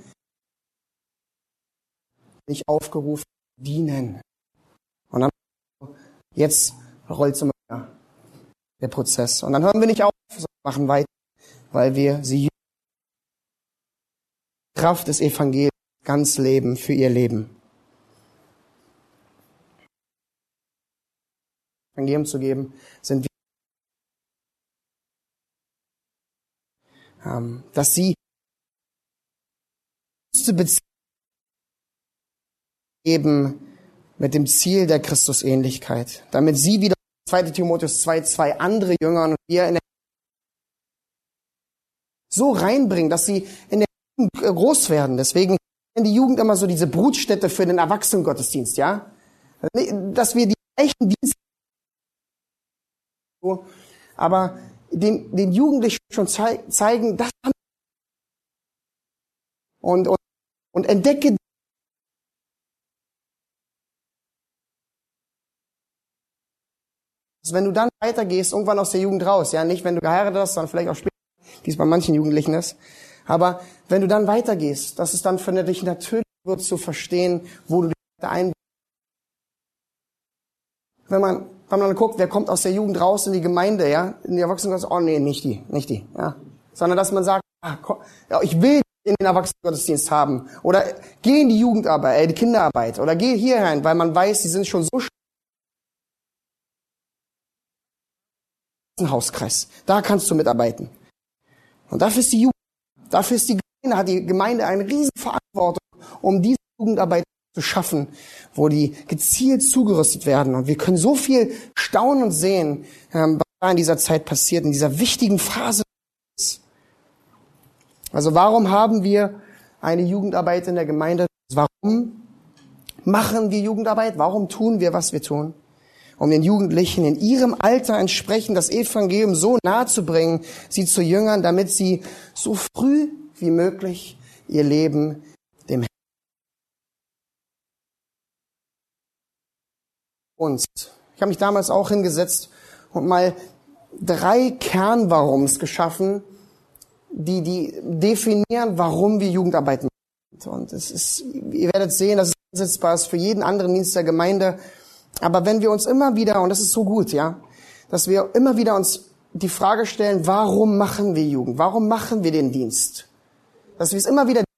bin ich aufgerufen, dienen. Und dann, jetzt rollt es immer mehr, der Prozess. Und dann hören wir nicht auf, sondern machen weiter, weil wir sie Kraft des Evangeliums ganz leben für ihr Leben. Evangelium zu geben, sind wir, dass sie Beziehung geben mit dem Ziel der Christusähnlichkeit, damit sie wieder 2. Timotheus 2,2 andere Jünger und wir in der so reinbringen, dass sie in der Jugend groß werden. Deswegen ist die Jugend immer so diese Brutstätte für den Erwachsenengottesdienst, ja? Dass wir die echten Dienste, aber den Jugendlichen schon zeigen, das und entdecke, wenn du dann weitergehst, irgendwann aus der Jugend raus, ja, nicht wenn du geheiratet hast, sondern vielleicht auch später, wie es bei manchen Jugendlichen ist, aber wenn du dann weitergehst, dass es dann für dich natürlich wird zu verstehen, wo du dich einbringst. Wenn man dann guckt, wer kommt aus der Jugend raus in die Gemeinde, ja, in die Erwachsenengottesdienst, oh nee, nicht die, ja, sondern dass man sagt, ich will in den Erwachsenengottesdienst haben oder geh in die Jugendarbeit, die Kinderarbeit oder geh hier rein, weil man weiß, die sind schon so Hauskreis. Da kannst du mitarbeiten. Und dafür ist die Jugend, dafür ist hat die Gemeinde eine riesen Verantwortung, um diese Jugendarbeit zu schaffen, wo die gezielt zugerüstet werden. Und wir können so viel staunen und sehen, was da in dieser Zeit passiert, in dieser wichtigen Phase. Also warum haben wir eine Jugendarbeit in der Gemeinde? Warum machen wir Jugendarbeit? Warum tun wir, was wir tun? Um den Jugendlichen in ihrem Alter entsprechend das Evangelium so nahe zu bringen, sie zu Jüngern, damit sie so früh wie möglich ihr Leben dem Herrn uns. Ich habe mich damals auch hingesetzt und mal 3 Kernwarums geschaffen, die definieren, warum wir Jugendarbeit machen. Und es ist, ihr werdet sehen, dass es einsetzbar ist für jeden anderen Dienst der Gemeinde. Aber wenn wir uns immer wieder, und das ist so gut, ja, dass wir immer wieder uns die Frage stellen, warum machen wir Jugend? Warum machen wir den Dienst? Dass wir es immer wieder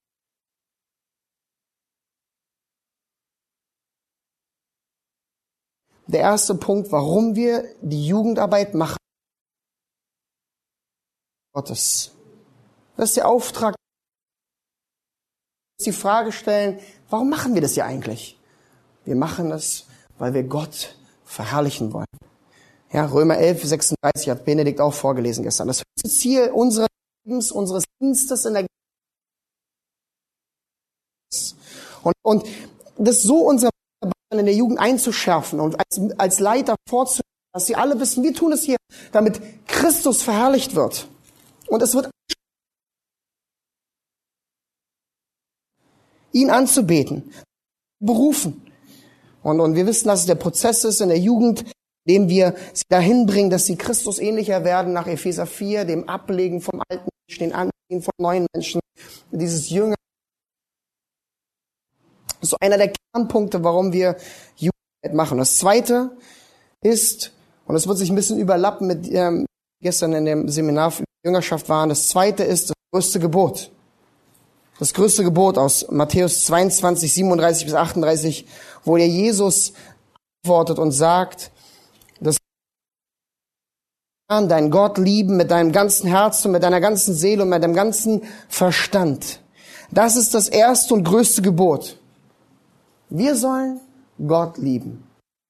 der erste Punkt, warum wir die Jugendarbeit machen, Gottes. Das ist der Auftrag. Die Frage stellen, warum machen wir das hier eigentlich? Wir machen das, weil wir Gott verherrlichen wollen. Ja, Römer 11, 36 hat Benedikt auch vorgelesen gestern. Das höchste Ziel unseres Lebens, unseres Dienstes in der und das so unsere in der Jugend einzuschärfen und als Leiter vorzunehmen, dass sie alle wissen, wir tun es hier, damit Christus verherrlicht wird. Und es wird ihn anzubeten, berufen. Und wir wissen, dass es der Prozess ist in der Jugend, indem wir sie dahin bringen, dass sie Christus ähnlicher werden, nach Epheser 4, dem Ablegen vom alten Menschen, den Anziehen vom neuen Menschen, dieses Jünger. Das ist so einer der Kernpunkte, warum wir Jugendarbeit machen. Das Zweite ist, und das wird sich ein bisschen überlappen mit gestern in dem Seminar für Jüngerschaft waren, das Zweite ist das größte Gebot. Das größte Gebot aus Matthäus 22, 37 bis 38, wo der Jesus antwortet und sagt, dass du deinen Gott lieben mit deinem ganzen Herzen, mit deiner ganzen Seele und mit deinem ganzen Verstand. Das ist das erste und größte Gebot. Wir sollen Gott lieben.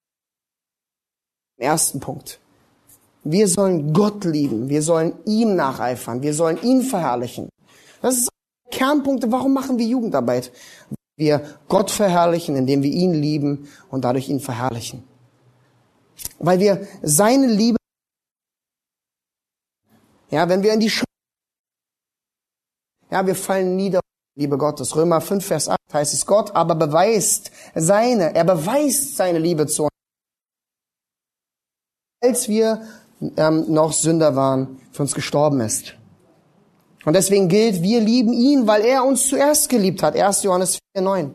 Ersten Punkt. Wir sollen Gott lieben. Wir sollen ihm nacheifern. Wir sollen ihn verherrlichen. Das ist Kernpunkte. Warum machen wir Jugendarbeit? Wir Gott verherrlichen, indem wir ihn lieben und dadurch ihn verherrlichen. Weil wir seine Liebe Ja, wenn wir in die wir fallen nieder, Liebe Gottes. Römer 5, Vers 8 heißt es, Gott aber beweist seine Liebe zu uns. Als wir noch Sünder waren, für uns gestorben ist. Und deswegen gilt, wir lieben ihn, weil er uns zuerst geliebt hat. 1. Johannes 4, 9.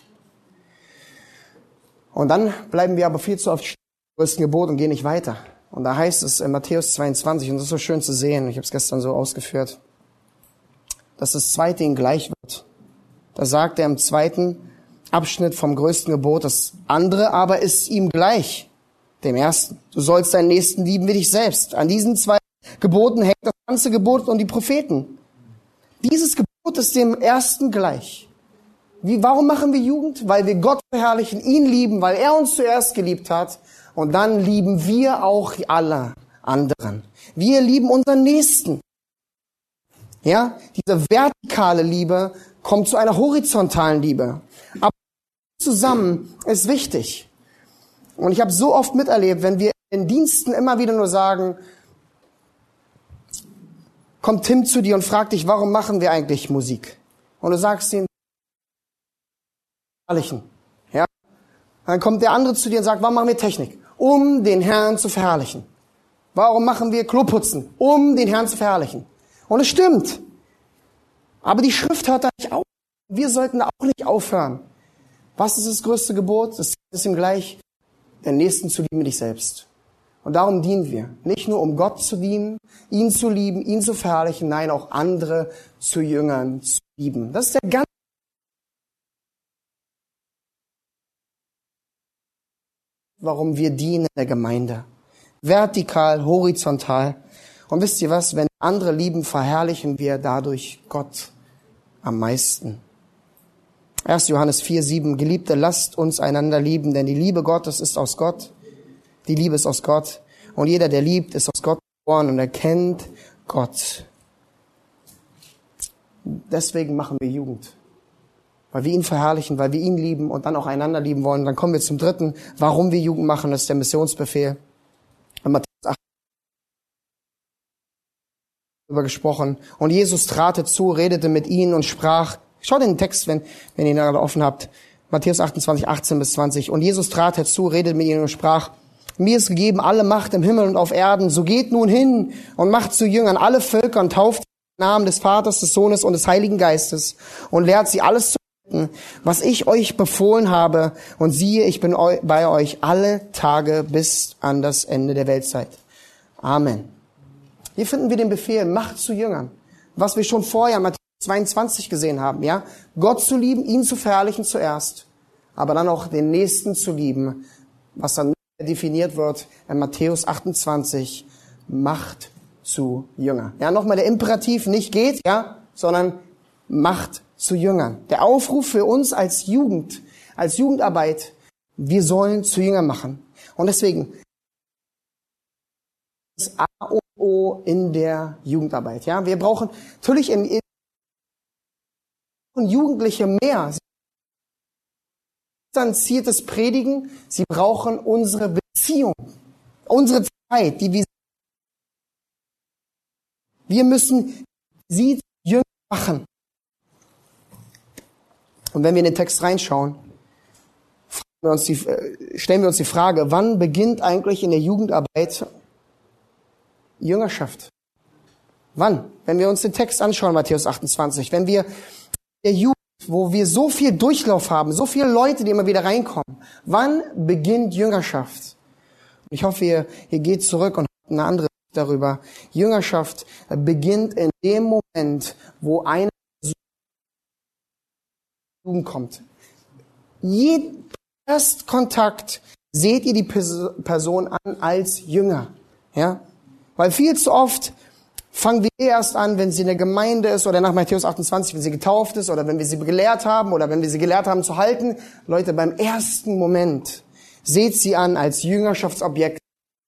Und dann bleiben wir aber viel zu oft stehen im größten Gebot und gehen nicht weiter. Und da heißt es in Matthäus 22, und das ist so schön zu sehen, ich habe es gestern so ausgeführt, dass das zweite ihm gleich wird. Da sagt er im zweiten Abschnitt vom größten Gebot, das andere aber ist ihm gleich, dem ersten. Du sollst deinen Nächsten lieben wie dich selbst. An diesen zwei Geboten hängt das ganze Gebot und die Propheten. Dieses Gebot ist dem ersten gleich. Warum machen wir Jugend? Weil wir Gott verherrlichen, ihn lieben, weil er uns zuerst geliebt hat. Und dann lieben wir auch alle anderen. Wir lieben unseren Nächsten. Ja, diese vertikale Liebe kommt zu einer horizontalen Liebe. Aber zusammen ist wichtig. Und ich habe so oft miterlebt, wenn wir in Diensten immer wieder nur sagen, kommt Tim zu dir und fragt dich, warum machen wir eigentlich Musik? Und du sagst ihm, ja? Dann kommt der andere zu dir und sagt, warum machen wir Technik? Um den Herrn zu verherrlichen. Warum machen wir Kloputzen? Um den Herrn zu verherrlichen. Und es stimmt. Aber die Schrift hört da nicht auf. Wir sollten da auch nicht aufhören. Was ist das größte Gebot? Das ist ihm gleich, den Nächsten zu lieben wie dich selbst. Und darum dienen wir. Nicht nur um Gott zu dienen, ihn zu lieben, ihn zu verherrlichen, nein, auch andere zu Jüngern zu lieben. Das ist der ganze warum wir dienen in der Gemeinde. Vertikal, horizontal. Und wisst ihr was? Wenn andere lieben, verherrlichen wir dadurch Gott am meisten. 1. Johannes 4, 7. Geliebte, lasst uns einander lieben, denn die Liebe Gottes ist aus Gott. Die Liebe ist aus Gott. Und jeder, der liebt, ist aus Gott geboren und erkennt Gott. Deswegen machen wir Jugend. Weil wir ihn verherrlichen, weil wir ihn lieben und dann auch einander lieben wollen. Dann kommen wir zum dritten, warum wir Jugend machen, das ist der Missionsbefehl. In Matthäus 8 darüber gesprochen. Und Jesus trat zu, redete mit ihnen und sprach, schaut in den Text, wenn ihr ihn gerade offen habt, Matthäus 28, 18 bis 20. Und Jesus trat herzu, redete mit ihnen und sprach, mir ist gegeben alle Macht im Himmel und auf Erden, so geht nun hin und macht zu Jüngern alle Völker und tauft im Namen des Vaters, des Sohnes und des Heiligen Geistes und lehrt sie alles zu was ich euch befohlen habe, und siehe, ich bin bei euch alle Tage bis an das Ende der Weltzeit. Amen. Hier finden wir den Befehl, macht zu Jüngern. Was wir schon vorher in Matthäus 22 gesehen haben, ja? Gott zu lieben, ihn zu verherrlichen zuerst, aber dann auch den Nächsten zu lieben, was dann definiert wird in Matthäus 28, macht zu Jüngern. Ja, nochmal der Imperativ, nicht geht, ja, sondern macht zu Jüngern. Der Aufruf für uns als Jugend, als Jugendarbeit, wir sollen zu Jüngern machen. Und deswegen das A und O in der Jugendarbeit. Ja, wir brauchen natürlich Jugendliche mehr. Distanziertes Predigen. Sie brauchen unsere Beziehung, unsere Zeit, die wir müssen sie Jünger machen. Und wenn wir in den Text reinschauen, stellen wir uns die Frage, wann beginnt eigentlich in der Jugendarbeit Jüngerschaft? Wann? Wenn wir uns den Text anschauen, Matthäus 28, wenn wir der Jugend, wo wir so viel Durchlauf haben, so viele Leute, die immer wieder reinkommen, wann beginnt Jüngerschaft? Und ich hoffe, ihr geht zurück und habt eine andere Sicht darüber. Jüngerschaft beginnt in dem Moment, wo eine kommt. Jeden Erstkontakt seht ihr die Person an als Jünger. Ja? Weil viel zu oft fangen wir erst an, wenn sie in der Gemeinde ist oder nach Matthäus 28, wenn sie getauft ist oder wenn wir sie gelehrt haben oder wenn wir sie gelehrt haben zu halten. Leute, beim ersten Moment seht sie an als Jüngerschaftsobjekt.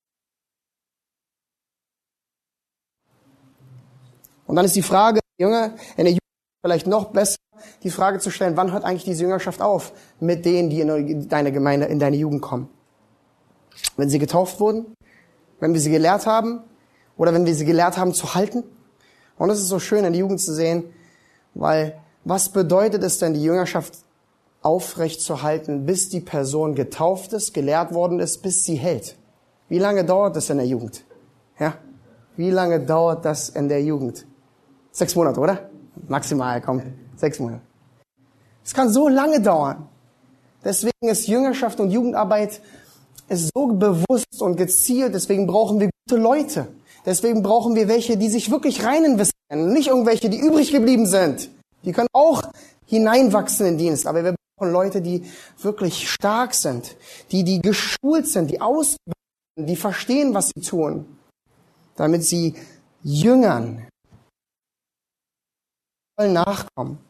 Und dann ist die Frage, Jünger, in der Jugend vielleicht noch besser, die Frage zu stellen, wann hört eigentlich diese Jüngerschaft auf mit denen, die in deine Gemeinde, in deine Jugend kommen? Wenn sie getauft wurden? Wenn wir sie gelehrt haben? oder wenn wir sie gelehrt haben zu halten. Und es ist so schön in der Jugend zu sehen, weil was bedeutet es denn, die Jüngerschaft aufrecht zu halten, bis die Person getauft ist, gelehrt worden ist, bis sie hält? Wie lange dauert das in der Jugend? Ja? Wie lange dauert das in der Jugend? 6 Monate, oder? Maximal, komm, 6 Monate. Es kann so lange dauern. Deswegen ist Jüngerschaft und Jugendarbeit ist so bewusst und gezielt. Deswegen brauchen wir gute Leute. Deswegen brauchen wir welche, die sich wirklich rein investieren. Nicht irgendwelche, die übrig geblieben sind. Die können auch hineinwachsen in den Dienst. Aber wir brauchen Leute, die wirklich stark sind. Die geschult sind, die ausbilden, die verstehen, was sie tun. Damit sie Jüngern nachkommen.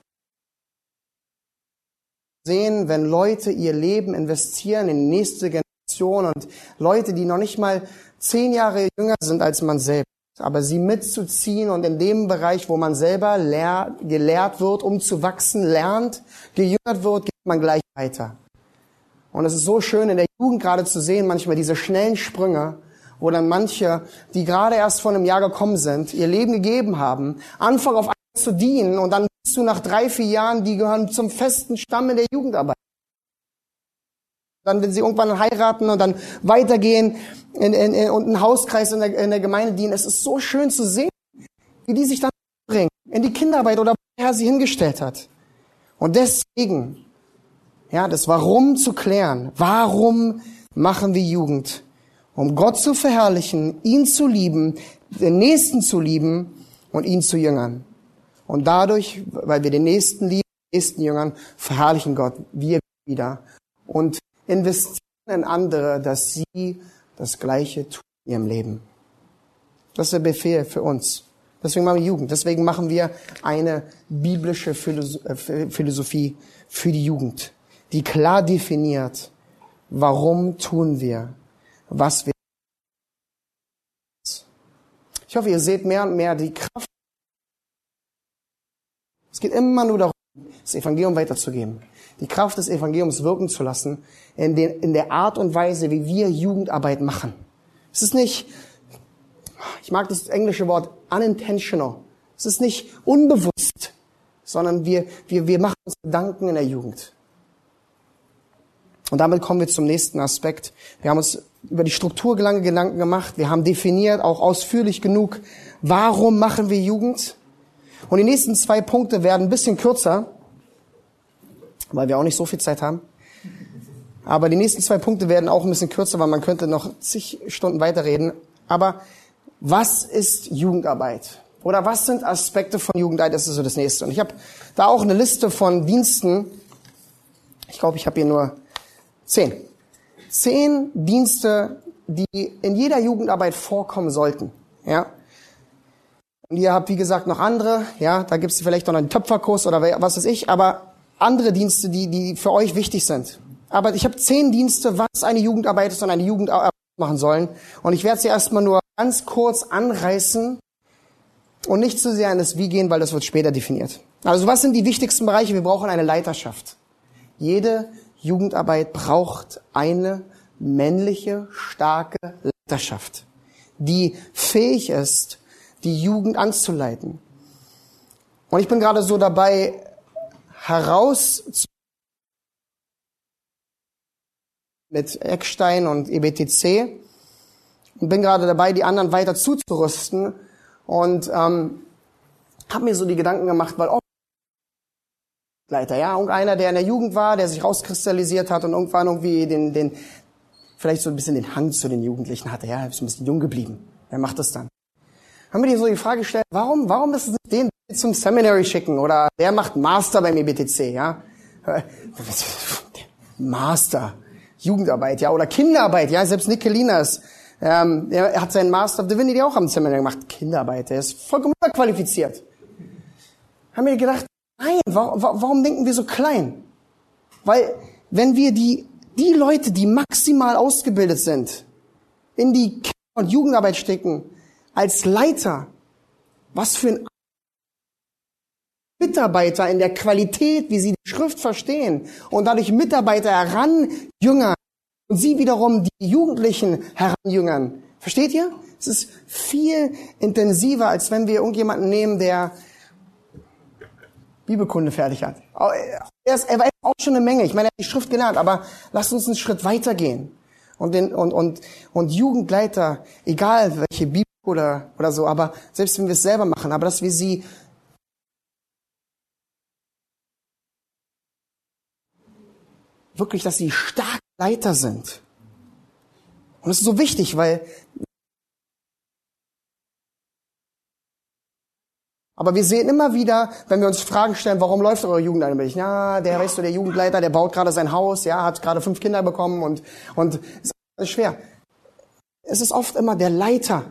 Sehen, wenn Leute ihr Leben investieren in die nächste Generation und Leute, die noch nicht mal 10 Jahre jünger sind als man selbst, aber sie mitzuziehen und in dem Bereich, wo man selber gelehrt wird, um zu wachsen, lernt, gejüngert wird, geht man gleich weiter. Und es ist so schön in der Jugend gerade zu sehen, manchmal diese schnellen Sprünge, wo dann manche, die gerade erst vor einem Jahr gekommen sind, ihr Leben gegeben haben, anfangen auf einmal zu dienen und dann bist du nach 3, 4 Jahren, die gehören zum festen Stamm in der Jugendarbeit. Dann, wenn sie irgendwann heiraten und dann weitergehen und einen Hauskreis in der Gemeinde dienen, es ist so schön zu sehen, wie die sich dann bringen in die Kinderarbeit oder wo er sie hingestellt hat. Und deswegen, ja, das Warum zu klären. Warum machen wir Jugend? Um Gott zu verherrlichen, ihn zu lieben, den Nächsten zu lieben und ihn zu jüngern. Und dadurch, weil wir den Nächsten lieben, den Nächsten jüngern, verherrlichen Gott wir wieder und investieren in andere, dass sie das Gleiche tun in ihrem Leben. Das ist der Befehl für uns. Deswegen machen wir Jugend. Deswegen machen wir eine biblische Philosophie für die Jugend, die klar definiert, warum tun wir, was wir. Ich hoffe, ihr seht mehr und mehr die Kraft. Es geht immer nur darum, das Evangelium weiterzugeben. Die Kraft des Evangeliums wirken zu lassen in der Art und Weise, wie wir Jugendarbeit machen. Es ist nicht, ich mag das englische Wort unintentional. Es ist nicht unbewusst, sondern wir machen uns Gedanken in der Jugend. Und damit kommen wir zum nächsten Aspekt. Wir haben uns über die Struktur lange Gedanken gemacht. Wir haben definiert, auch ausführlich genug, warum machen wir Jugend. Und die nächsten 2 Punkte werden ein bisschen kürzer, weil wir auch nicht so viel Zeit haben. Aber die nächsten 2 Punkte werden auch ein bisschen kürzer, weil man könnte noch zig Stunden weiterreden. Aber was ist Jugendarbeit? Oder was sind Aspekte von Jugendarbeit? Das ist so das Nächste. Und ich habe da auch eine Liste von Diensten. Ich glaube, ich habe hier nur 10. 10 Dienste, die in jeder Jugendarbeit vorkommen sollten. Ja. Und ihr habt, wie gesagt, noch andere. Ja, da gibt es vielleicht noch einen Töpferkurs oder was weiß ich. Aber andere Dienste, die für euch wichtig sind. Aber ich habe 10 Dienste, was eine Jugendarbeit ist und eine Jugendarbeit machen sollen. Und ich werde sie erstmal nur ganz kurz anreißen und nicht zu sehr in das Wie gehen, weil das wird später definiert. Also was sind die wichtigsten Bereiche? Wir brauchen eine Leiterschaft. Jede Jugendarbeit braucht eine männliche, starke Leiterschaft, die fähig ist, die Jugend anzuleiten. Und ich bin gerade so dabei, mit Eckstein und EBTC und bin gerade dabei, die anderen weiter zuzurüsten und habe mir so die Gedanken gemacht, weil Leiter, ja, irgendeiner, der in der Jugend war, der sich rauskristallisiert hat und irgendwann irgendwie vielleicht so ein bisschen den Hang zu den Jugendlichen hatte, ja, ist ein bisschen jung geblieben. Wer macht das dann? Haben wir dir so die Frage gestellt, warum ist es nicht den zum Seminary schicken oder der macht Master beim EBTC, ja? Master, Jugendarbeit, ja, oder Kinderarbeit, ja, selbst Nick Kalinas, er hat seinen Master of Divinity auch am Seminary gemacht, Kinderarbeit, der ist vollkommen überqualifiziert. Haben wir gedacht, nein, warum denken wir so klein? Weil, wenn wir die Leute, die maximal ausgebildet sind, in die Kinder- und Jugendarbeit stecken, als Leiter, was für ein Mitarbeiter in der Qualität, wie sie die Schrift verstehen und dadurch Mitarbeiter heranjüngern und sie wiederum die Jugendlichen heranjüngern. Versteht ihr? Es ist viel intensiver, als wenn wir irgendjemanden nehmen, der Bibelkunde fertig hat. Er weiß auch schon eine Menge. Ich meine, er hat die Schrift gelernt, aber lasst uns einen Schritt weiter gehen. Und Jugendleiter, egal welche Bibel oder so, aber selbst wenn wir es selber machen, aber dass wir sie wirklich, dass sie starke Leiter sind. Und das ist so wichtig, weil aber wir sehen immer wieder, wenn wir uns Fragen stellen, warum läuft eure Jugend eigentlich? Ja, der Jugendleiter, der baut gerade sein Haus, ja, hat gerade 5 Kinder bekommen und ist alles schwer. Es ist oft immer der Leiter,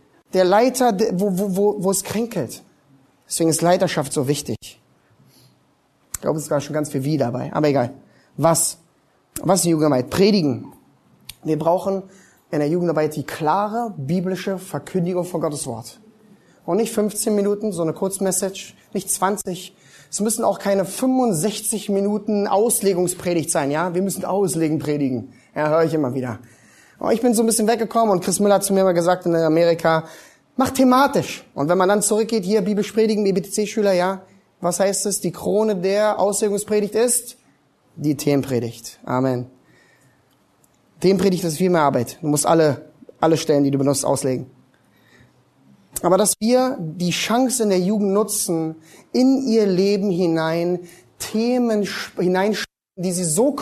wo es kränkelt. Deswegen ist Leiterschaft so wichtig. Ich glaube, es ist gar schon ganz viel Wie dabei, aber egal. Was ist die Jugendarbeit? Predigen. Wir brauchen in der Jugendarbeit die klare biblische Verkündigung von Gottes Wort. Und nicht 15 Minuten, so eine Kurzmessage, nicht 20. Es müssen auch keine 65 Minuten Auslegungspredigt sein, ja? Wir müssen auslegen, predigen. Ja, höre ich immer wieder. Aber ich bin so ein bisschen weggekommen und Chris Müller hat zu mir mal gesagt in Amerika, mach thematisch. Und wenn man dann zurückgeht, hier Bibelisch predigen, EBTC-Schüler, ja? Was heißt es? Die Krone der Auslegungspredigt ist die Themenpredigt. Amen. Themenpredigt ist viel mehr Arbeit. Du musst alle Stellen, die du benutzt, auslegen. Aber dass wir die Chance in der Jugend nutzen, in ihr Leben hinein Themen hineinschreiben, die sie so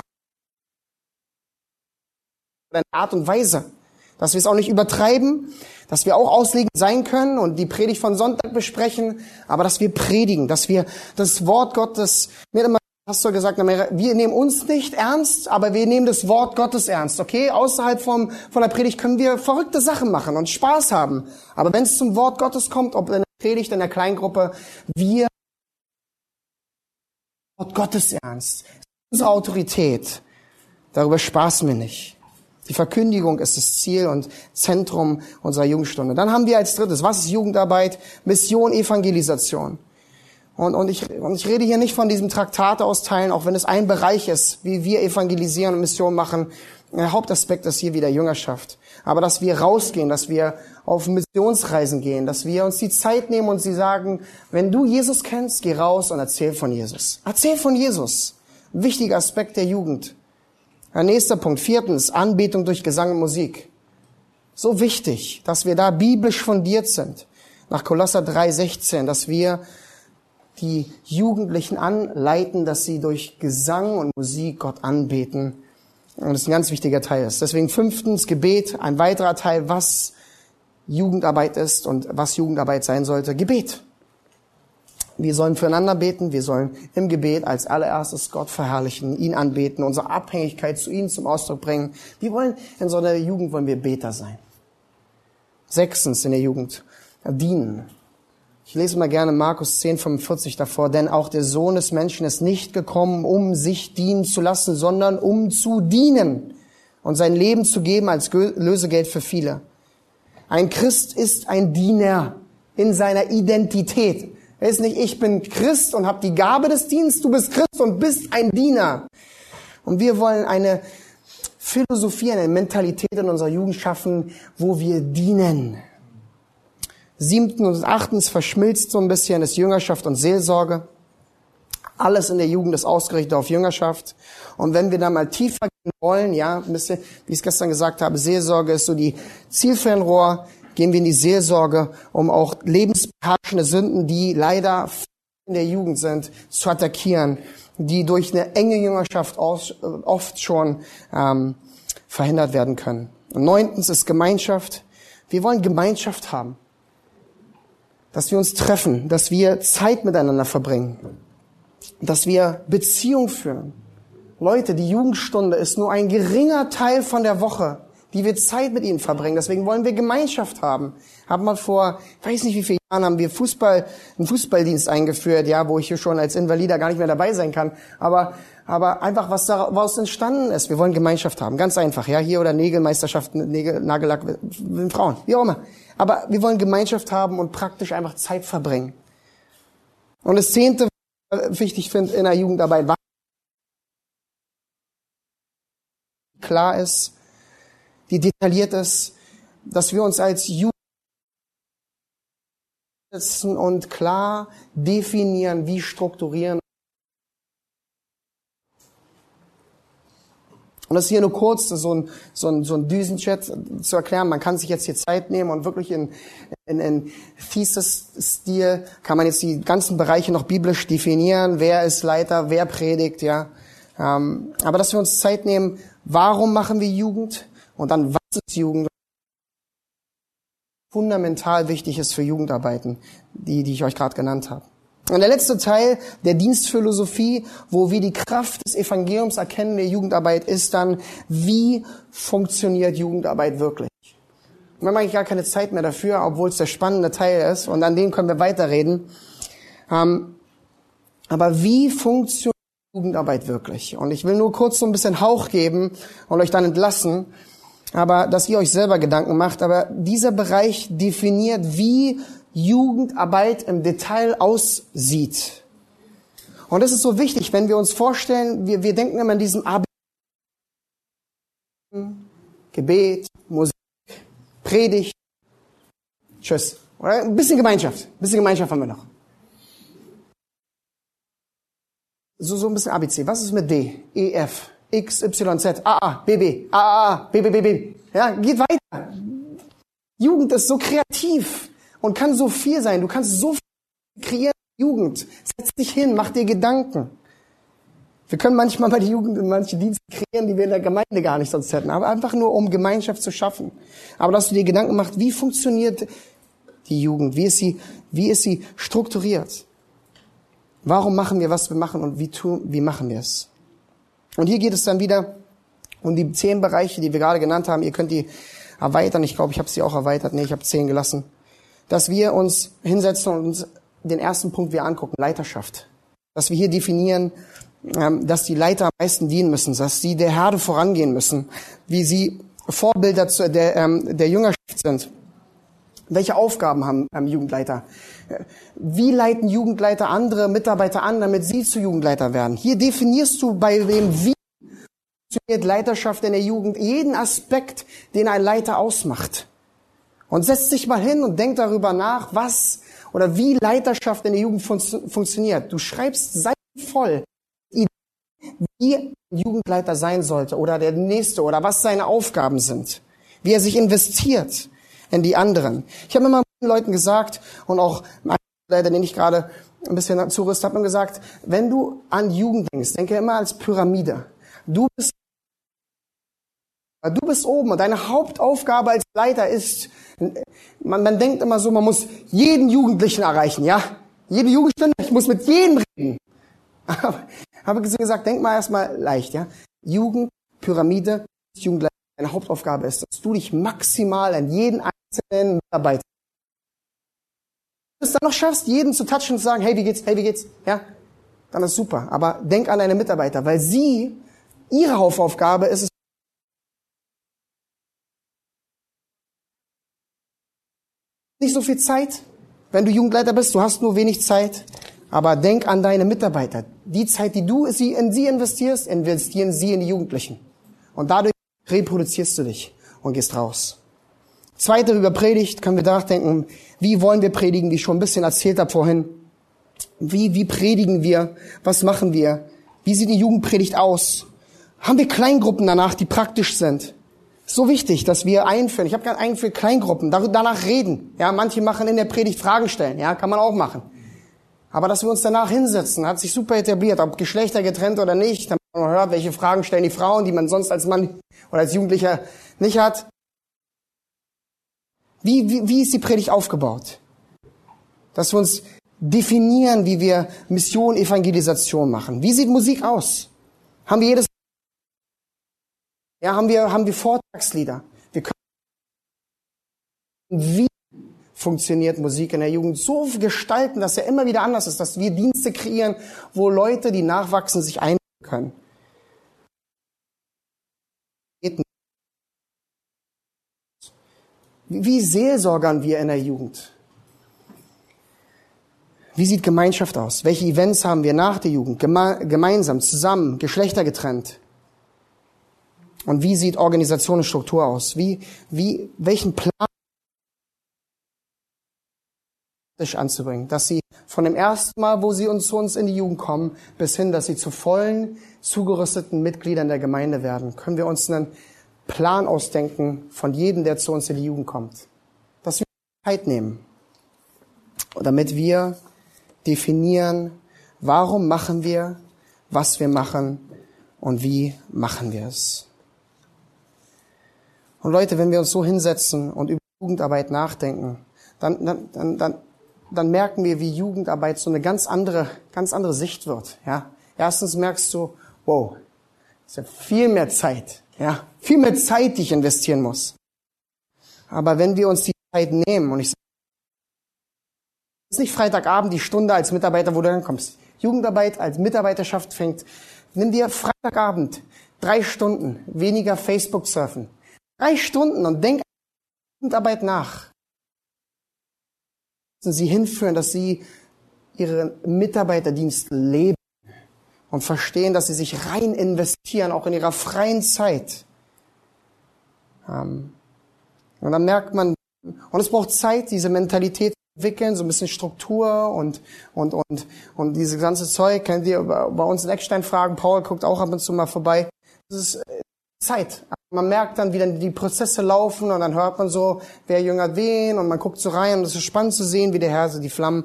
in einer Art und Weise, dass wir es auch nicht übertreiben, dass wir auch auslegend sein können und die Predigt von Sonntag besprechen, aber dass wir predigen, dass wir das Wort Gottes, mir hat immer der Pastor gesagt, wir nehmen uns nicht ernst, aber wir nehmen das Wort Gottes ernst, okay? Außerhalb von der Predigt können wir verrückte Sachen machen und Spaß haben, aber wenn es zum Wort Gottes kommt, ob in der Predigt, in der Kleingruppe, wir Wort Gottes ernst, unsere Autorität, darüber spaßen wir nicht. Die Verkündigung ist das Ziel und Zentrum unserer Jugendstunde. Dann haben wir als drittes, was ist Jugendarbeit? Mission, Evangelisation. Und ich rede hier nicht von diesem Traktate austeilen, auch wenn es ein Bereich ist, wie wir evangelisieren und Mission machen. Der Hauptaspekt ist hier wieder Jüngerschaft. Aber dass wir rausgehen, dass wir auf Missionsreisen gehen, dass wir uns die Zeit nehmen und sie sagen, wenn du Jesus kennst, geh raus und erzähl von Jesus. Erzähl von Jesus. Wichtiger Aspekt der Jugend. Der nächste Punkt, 4. Anbetung durch Gesang und Musik. So wichtig, dass wir da biblisch fundiert sind. Nach Kolosser 3,16, dass wir die Jugendlichen anleiten, dass sie durch Gesang und Musik Gott anbeten. Und das ist ein ganz wichtiger Teil ist. Deswegen 5. Gebet, ein weiterer Teil, was Jugendarbeit ist und was Jugendarbeit sein sollte. Gebet. Wir sollen füreinander beten, wir sollen im Gebet als allererstes Gott verherrlichen, ihn anbeten, unsere Abhängigkeit zu ihm zum Ausdruck bringen. In so einer Jugend wollen wir Beter sein. 6. in der Jugend, dienen. Ich lese mal gerne Markus 10,45 davor, denn auch der Sohn des Menschen ist nicht gekommen, um sich dienen zu lassen, sondern um zu dienen und sein Leben zu geben als Lösegeld für viele. Ein Christ ist ein Diener in seiner Identität. Er ist nicht, ich bin Christ und habe die Gabe des Dienstes, du bist Christ und bist ein Diener. Und wir wollen eine Philosophie, eine Mentalität in unserer Jugend schaffen, wo wir dienen. 7. und 8. verschmilzt so ein bisschen ist Jüngerschaft und Seelsorge. Alles in der Jugend ist ausgerichtet auf Jüngerschaft. Und wenn wir da mal tiefer gehen wollen, ja, ein bisschen, wie ich es gestern gesagt habe, Seelsorge ist so die Zielfernrohr, gehen wir in die Seelsorge, um auch lebensbeherrschende Sünden, die leider in der Jugend sind, zu attackieren, die durch eine enge Jüngerschaft oft schon verhindert werden können. Und 9. ist Gemeinschaft. Wir wollen Gemeinschaft haben. Dass wir uns treffen, dass wir Zeit miteinander verbringen, dass wir Beziehung führen. Leute, die Jugendstunde ist nur ein geringer Teil von der Woche, die wir Zeit mit ihnen verbringen. Deswegen wollen wir Gemeinschaft haben. Haben wir vor, ich weiß nicht wie viele Jahren, haben wir einen Fußballdienst eingeführt, ja, wo ich hier schon als Invalider gar nicht mehr dabei sein kann. Aber einfach, was daraus entstanden ist. Wir wollen Gemeinschaft haben. Ganz einfach, ja, hier oder Nägelmeisterschaft, Nagellack mit Frauen, wie auch immer. Aber wir wollen Gemeinschaft haben und praktisch einfach Zeit verbringen. Und das 10., was ich wichtig finde in der Jugendarbeit, was klar ist, die detailliert ist, dass wir uns als Jugend setzen und klar definieren, wie strukturieren. Und das ist hier nur kurz so ein Düsenchat zu erklären. Man kann sich jetzt hier Zeit nehmen und wirklich in Thesis-Stil kann man jetzt die ganzen Bereiche noch biblisch definieren. Wer ist Leiter, wer predigt, ja. Aber dass wir uns Zeit nehmen, warum machen wir Jugend? Und dann, was ist Jugend? Fundamental wichtig ist für Jugendarbeiten, die ich euch gerade genannt habe. Und der letzte Teil der Dienstphilosophie, wo wir die Kraft des Evangeliums erkennen der Jugendarbeit, ist dann, wie funktioniert Jugendarbeit wirklich? Wir haben eigentlich gar keine Zeit mehr dafür, obwohl es der spannende Teil ist und an dem können wir weiterreden. Aber wie funktioniert Jugendarbeit wirklich? Und ich will nur kurz so ein bisschen Hauch geben und euch dann entlassen, aber dass ihr euch selber Gedanken macht. Aber dieser Bereich definiert, wie Jugendarbeit im Detail aussieht. Und das ist so wichtig, wenn wir uns vorstellen, wir denken immer an diesem Gebet, Musik, Predigt, tschüss. Oder ein bisschen Gemeinschaft haben wir noch. So ein bisschen ABC. Was ist mit D, E, F, X, Y, Z, A, A, B, B, A, A, A, B, B, B, B. Ja, geht weiter. Jugend ist so kreativ und kann so viel sein. Du kannst so viel kreieren. Jugend. Setz dich hin, mach dir Gedanken. Wir können manchmal bei der Jugend in manche Dienste kreieren, die wir in der Gemeinde gar nicht sonst hätten. Aber einfach nur, um Gemeinschaft zu schaffen. Aber dass du dir Gedanken machst, wie funktioniert die Jugend? Wie ist sie strukturiert? Warum machen wir, was wir machen und wie machen wir es? Und hier geht es dann wieder um die 10 Bereiche, die wir gerade genannt haben. Ihr könnt die erweitern. Ich glaube, ich habe sie auch erweitert. Nee, ich habe 10 gelassen. Dass wir uns hinsetzen und uns den ersten Punkt wir angucken, Leiterschaft. Dass wir hier definieren, dass die Leiter am meisten dienen müssen, dass sie der Herde vorangehen müssen, wie sie Vorbilder der Jüngerschaft sind. Welche Aufgaben haben Jugendleiter? Wie leiten Jugendleiter andere Mitarbeiter an, damit sie zu Jugendleiter werden? Hier definierst du bei wem, wie funktioniert Leiterschaft in der Jugend, jeden Aspekt, den ein Leiter ausmacht. Und setz dich mal hin und denk darüber nach, was oder wie Leiterschaft in der Jugend funktioniert. Du schreibst seitenvoll, wie ein Jugendleiter sein sollte oder der Nächste oder was seine Aufgaben sind. Wie er sich investiert in die anderen. Ich habe immer Leuten gesagt und auch einem Leiter, den ich gerade ein bisschen zurüste, habe mir gesagt, wenn du an Jugend denkst, denke immer als Pyramide. Du bist oben und deine Hauptaufgabe als Leiter ist, man denkt immer so, man muss jeden Jugendlichen erreichen, ja? Jede Jugendstunde, ich muss mit jedem reden. Aber habe gesagt, denk mal erstmal leicht, ja? Jugend, Pyramide, Jugendleiter, deine Hauptaufgabe ist, dass du dich maximal an jeden einzelnen Mitarbeiter, wenn du es dann noch schaffst, jeden zu touchen und zu sagen, hey, wie geht's, ja? Dann ist super. Aber denk an deine Mitarbeiter, weil ihre Hauptaufgabe ist es, nicht so viel Zeit, wenn du Jugendleiter bist, du hast nur wenig Zeit, aber denk an deine Mitarbeiter. Die Zeit, die du in sie investierst, investieren sie in die Jugendlichen. Und dadurch reproduzierst du dich und gehst raus. Zweite über Predigt können wir nachdenken, wie wollen wir predigen, wie ich schon ein bisschen erzählt habe vorhin. Wie predigen wir? Was machen wir? Wie sieht die Jugendpredigt aus? Haben wir Kleingruppen danach, die praktisch sind? So wichtig, dass wir einführen. Ich habe gerade eingeführt Kleingruppen, danach reden. Ja, manche machen in der Predigt Fragen stellen. Ja, kann man auch machen. Aber dass wir uns danach hinsetzen, hat sich super etabliert, ob Geschlechter getrennt oder nicht. Damit man hört, welche Fragen stellen die Frauen, die man sonst als Mann oder als Jugendlicher nicht hat. Wie ist die Predigt aufgebaut? Dass wir uns definieren, wie wir Mission, Evangelisation machen. Wie sieht Musik aus? Haben wir haben wir Vortragslieder? Wie funktioniert Musik in der Jugend so gestalten, dass er immer wieder anders ist, dass wir Dienste kreieren, wo Leute, die nachwachsen, sich einbringen können. Wie seelsorgern wir in der Jugend? Wie sieht Gemeinschaft aus? Welche Events haben wir nach der Jugend? Gemeinsam, zusammen, Geschlechter getrennt? Und wie sieht Organisation und Struktur aus? Welchen Plan? anzubringen, dass sie von dem ersten Mal, wo sie zu uns in die Jugend kommen, bis hin, dass sie zu vollen, zugerüsteten Mitgliedern der Gemeinde werden, können wir uns einen Plan ausdenken von jedem, der zu uns in die Jugend kommt. Dass wir Zeit nehmen, damit wir definieren, warum machen wir, was wir machen und wie machen wir es. Und Leute, wenn wir uns so hinsetzen und über Jugendarbeit nachdenken, dann merken wir, wie Jugendarbeit so eine ganz andere Sicht wird. Ja? Erstens merkst du, wow, das ist ja viel mehr Zeit. Ja? Viel mehr Zeit, die ich investieren muss. Aber wenn wir uns die Zeit nehmen, und ich sage, es ist nicht Freitagabend die Stunde als Mitarbeiter, wo du rankommst. Jugendarbeit als Mitarbeiterschaft fängt, nimm dir Freitagabend 3 Stunden weniger Facebook surfen. 3 Stunden und denk an Jugendarbeit nach. Sie hinführen, dass sie ihren Mitarbeiterdienst leben und verstehen, dass sie sich rein investieren, auch in ihrer freien Zeit. Und dann merkt man, und es braucht Zeit, diese Mentalität zu entwickeln, so ein bisschen Struktur und diese ganze Zeug. Könnt ihr bei uns in Eckstein fragen, Paul guckt auch ab und zu mal vorbei. Das ist Zeit. Man merkt dann, wie dann die Prozesse laufen und dann hört man so, wer jüngert wen und man guckt so rein und es ist spannend zu sehen, wie der Herr so die Flammen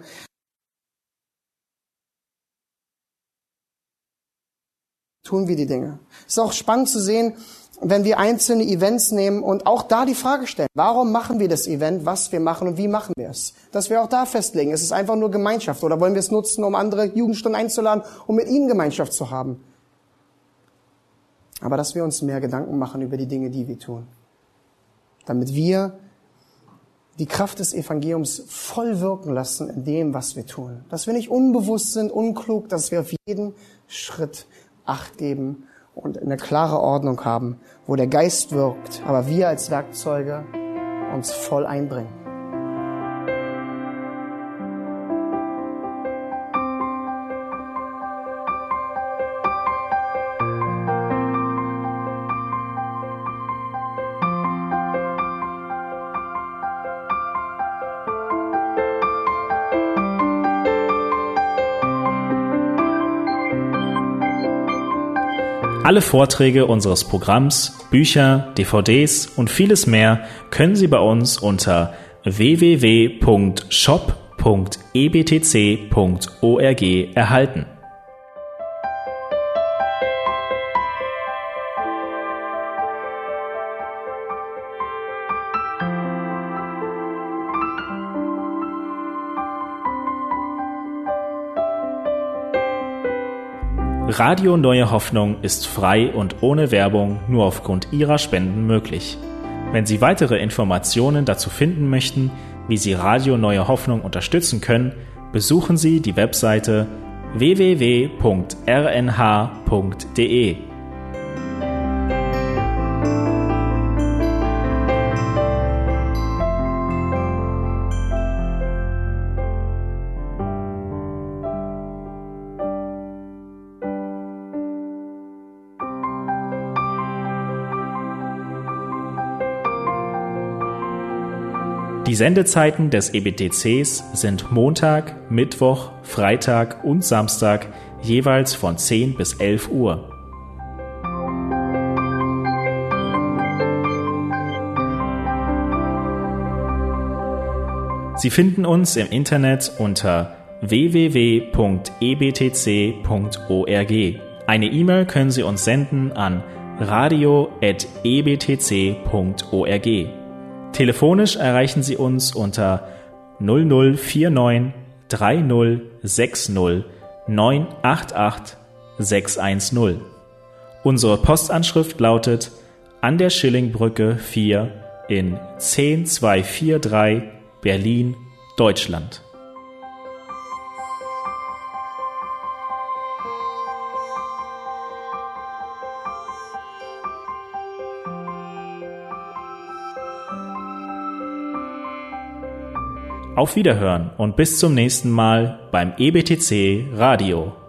tun wir die Dinge. Es ist auch spannend zu sehen, wenn wir einzelne Events nehmen und auch da die Frage stellen, warum machen wir das Event, was wir machen und wie machen wir es? Dass wir auch da festlegen, ist es einfach nur Gemeinschaft oder wollen wir es nutzen, um andere Jugendstunden einzuladen, um mit ihnen Gemeinschaft zu haben? Aber dass wir uns mehr Gedanken machen über die Dinge, die wir tun. Damit wir die Kraft des Evangeliums voll wirken lassen in dem, was wir tun. Dass wir nicht unbewusst sind, unklug, dass wir auf jeden Schritt Acht geben und eine klare Ordnung haben, wo der Geist wirkt, aber wir als Werkzeuge uns voll einbringen. Alle Vorträge unseres Programms, Bücher, DVDs und vieles mehr können Sie bei uns unter www.shop.ebtc.org erhalten. Radio Neue Hoffnung ist frei und ohne Werbung nur aufgrund Ihrer Spenden möglich. Wenn Sie weitere Informationen dazu finden möchten, wie Sie Radio Neue Hoffnung unterstützen können, besuchen Sie die Webseite www.rnh.de. Die Sendezeiten des EBTCs sind Montag, Mittwoch, Freitag und Samstag jeweils von 10 bis 11 Uhr. Sie finden uns im Internet unter www.ebtc.org. Eine E-Mail können Sie uns senden an radio@ebtc.org. Telefonisch erreichen Sie uns unter 0049 3060 988 610. Unsere Postanschrift lautet an der Schillingbrücke 4 in 10243 Berlin, Deutschland. Auf Wiederhören und bis zum nächsten Mal beim EBTC Radio.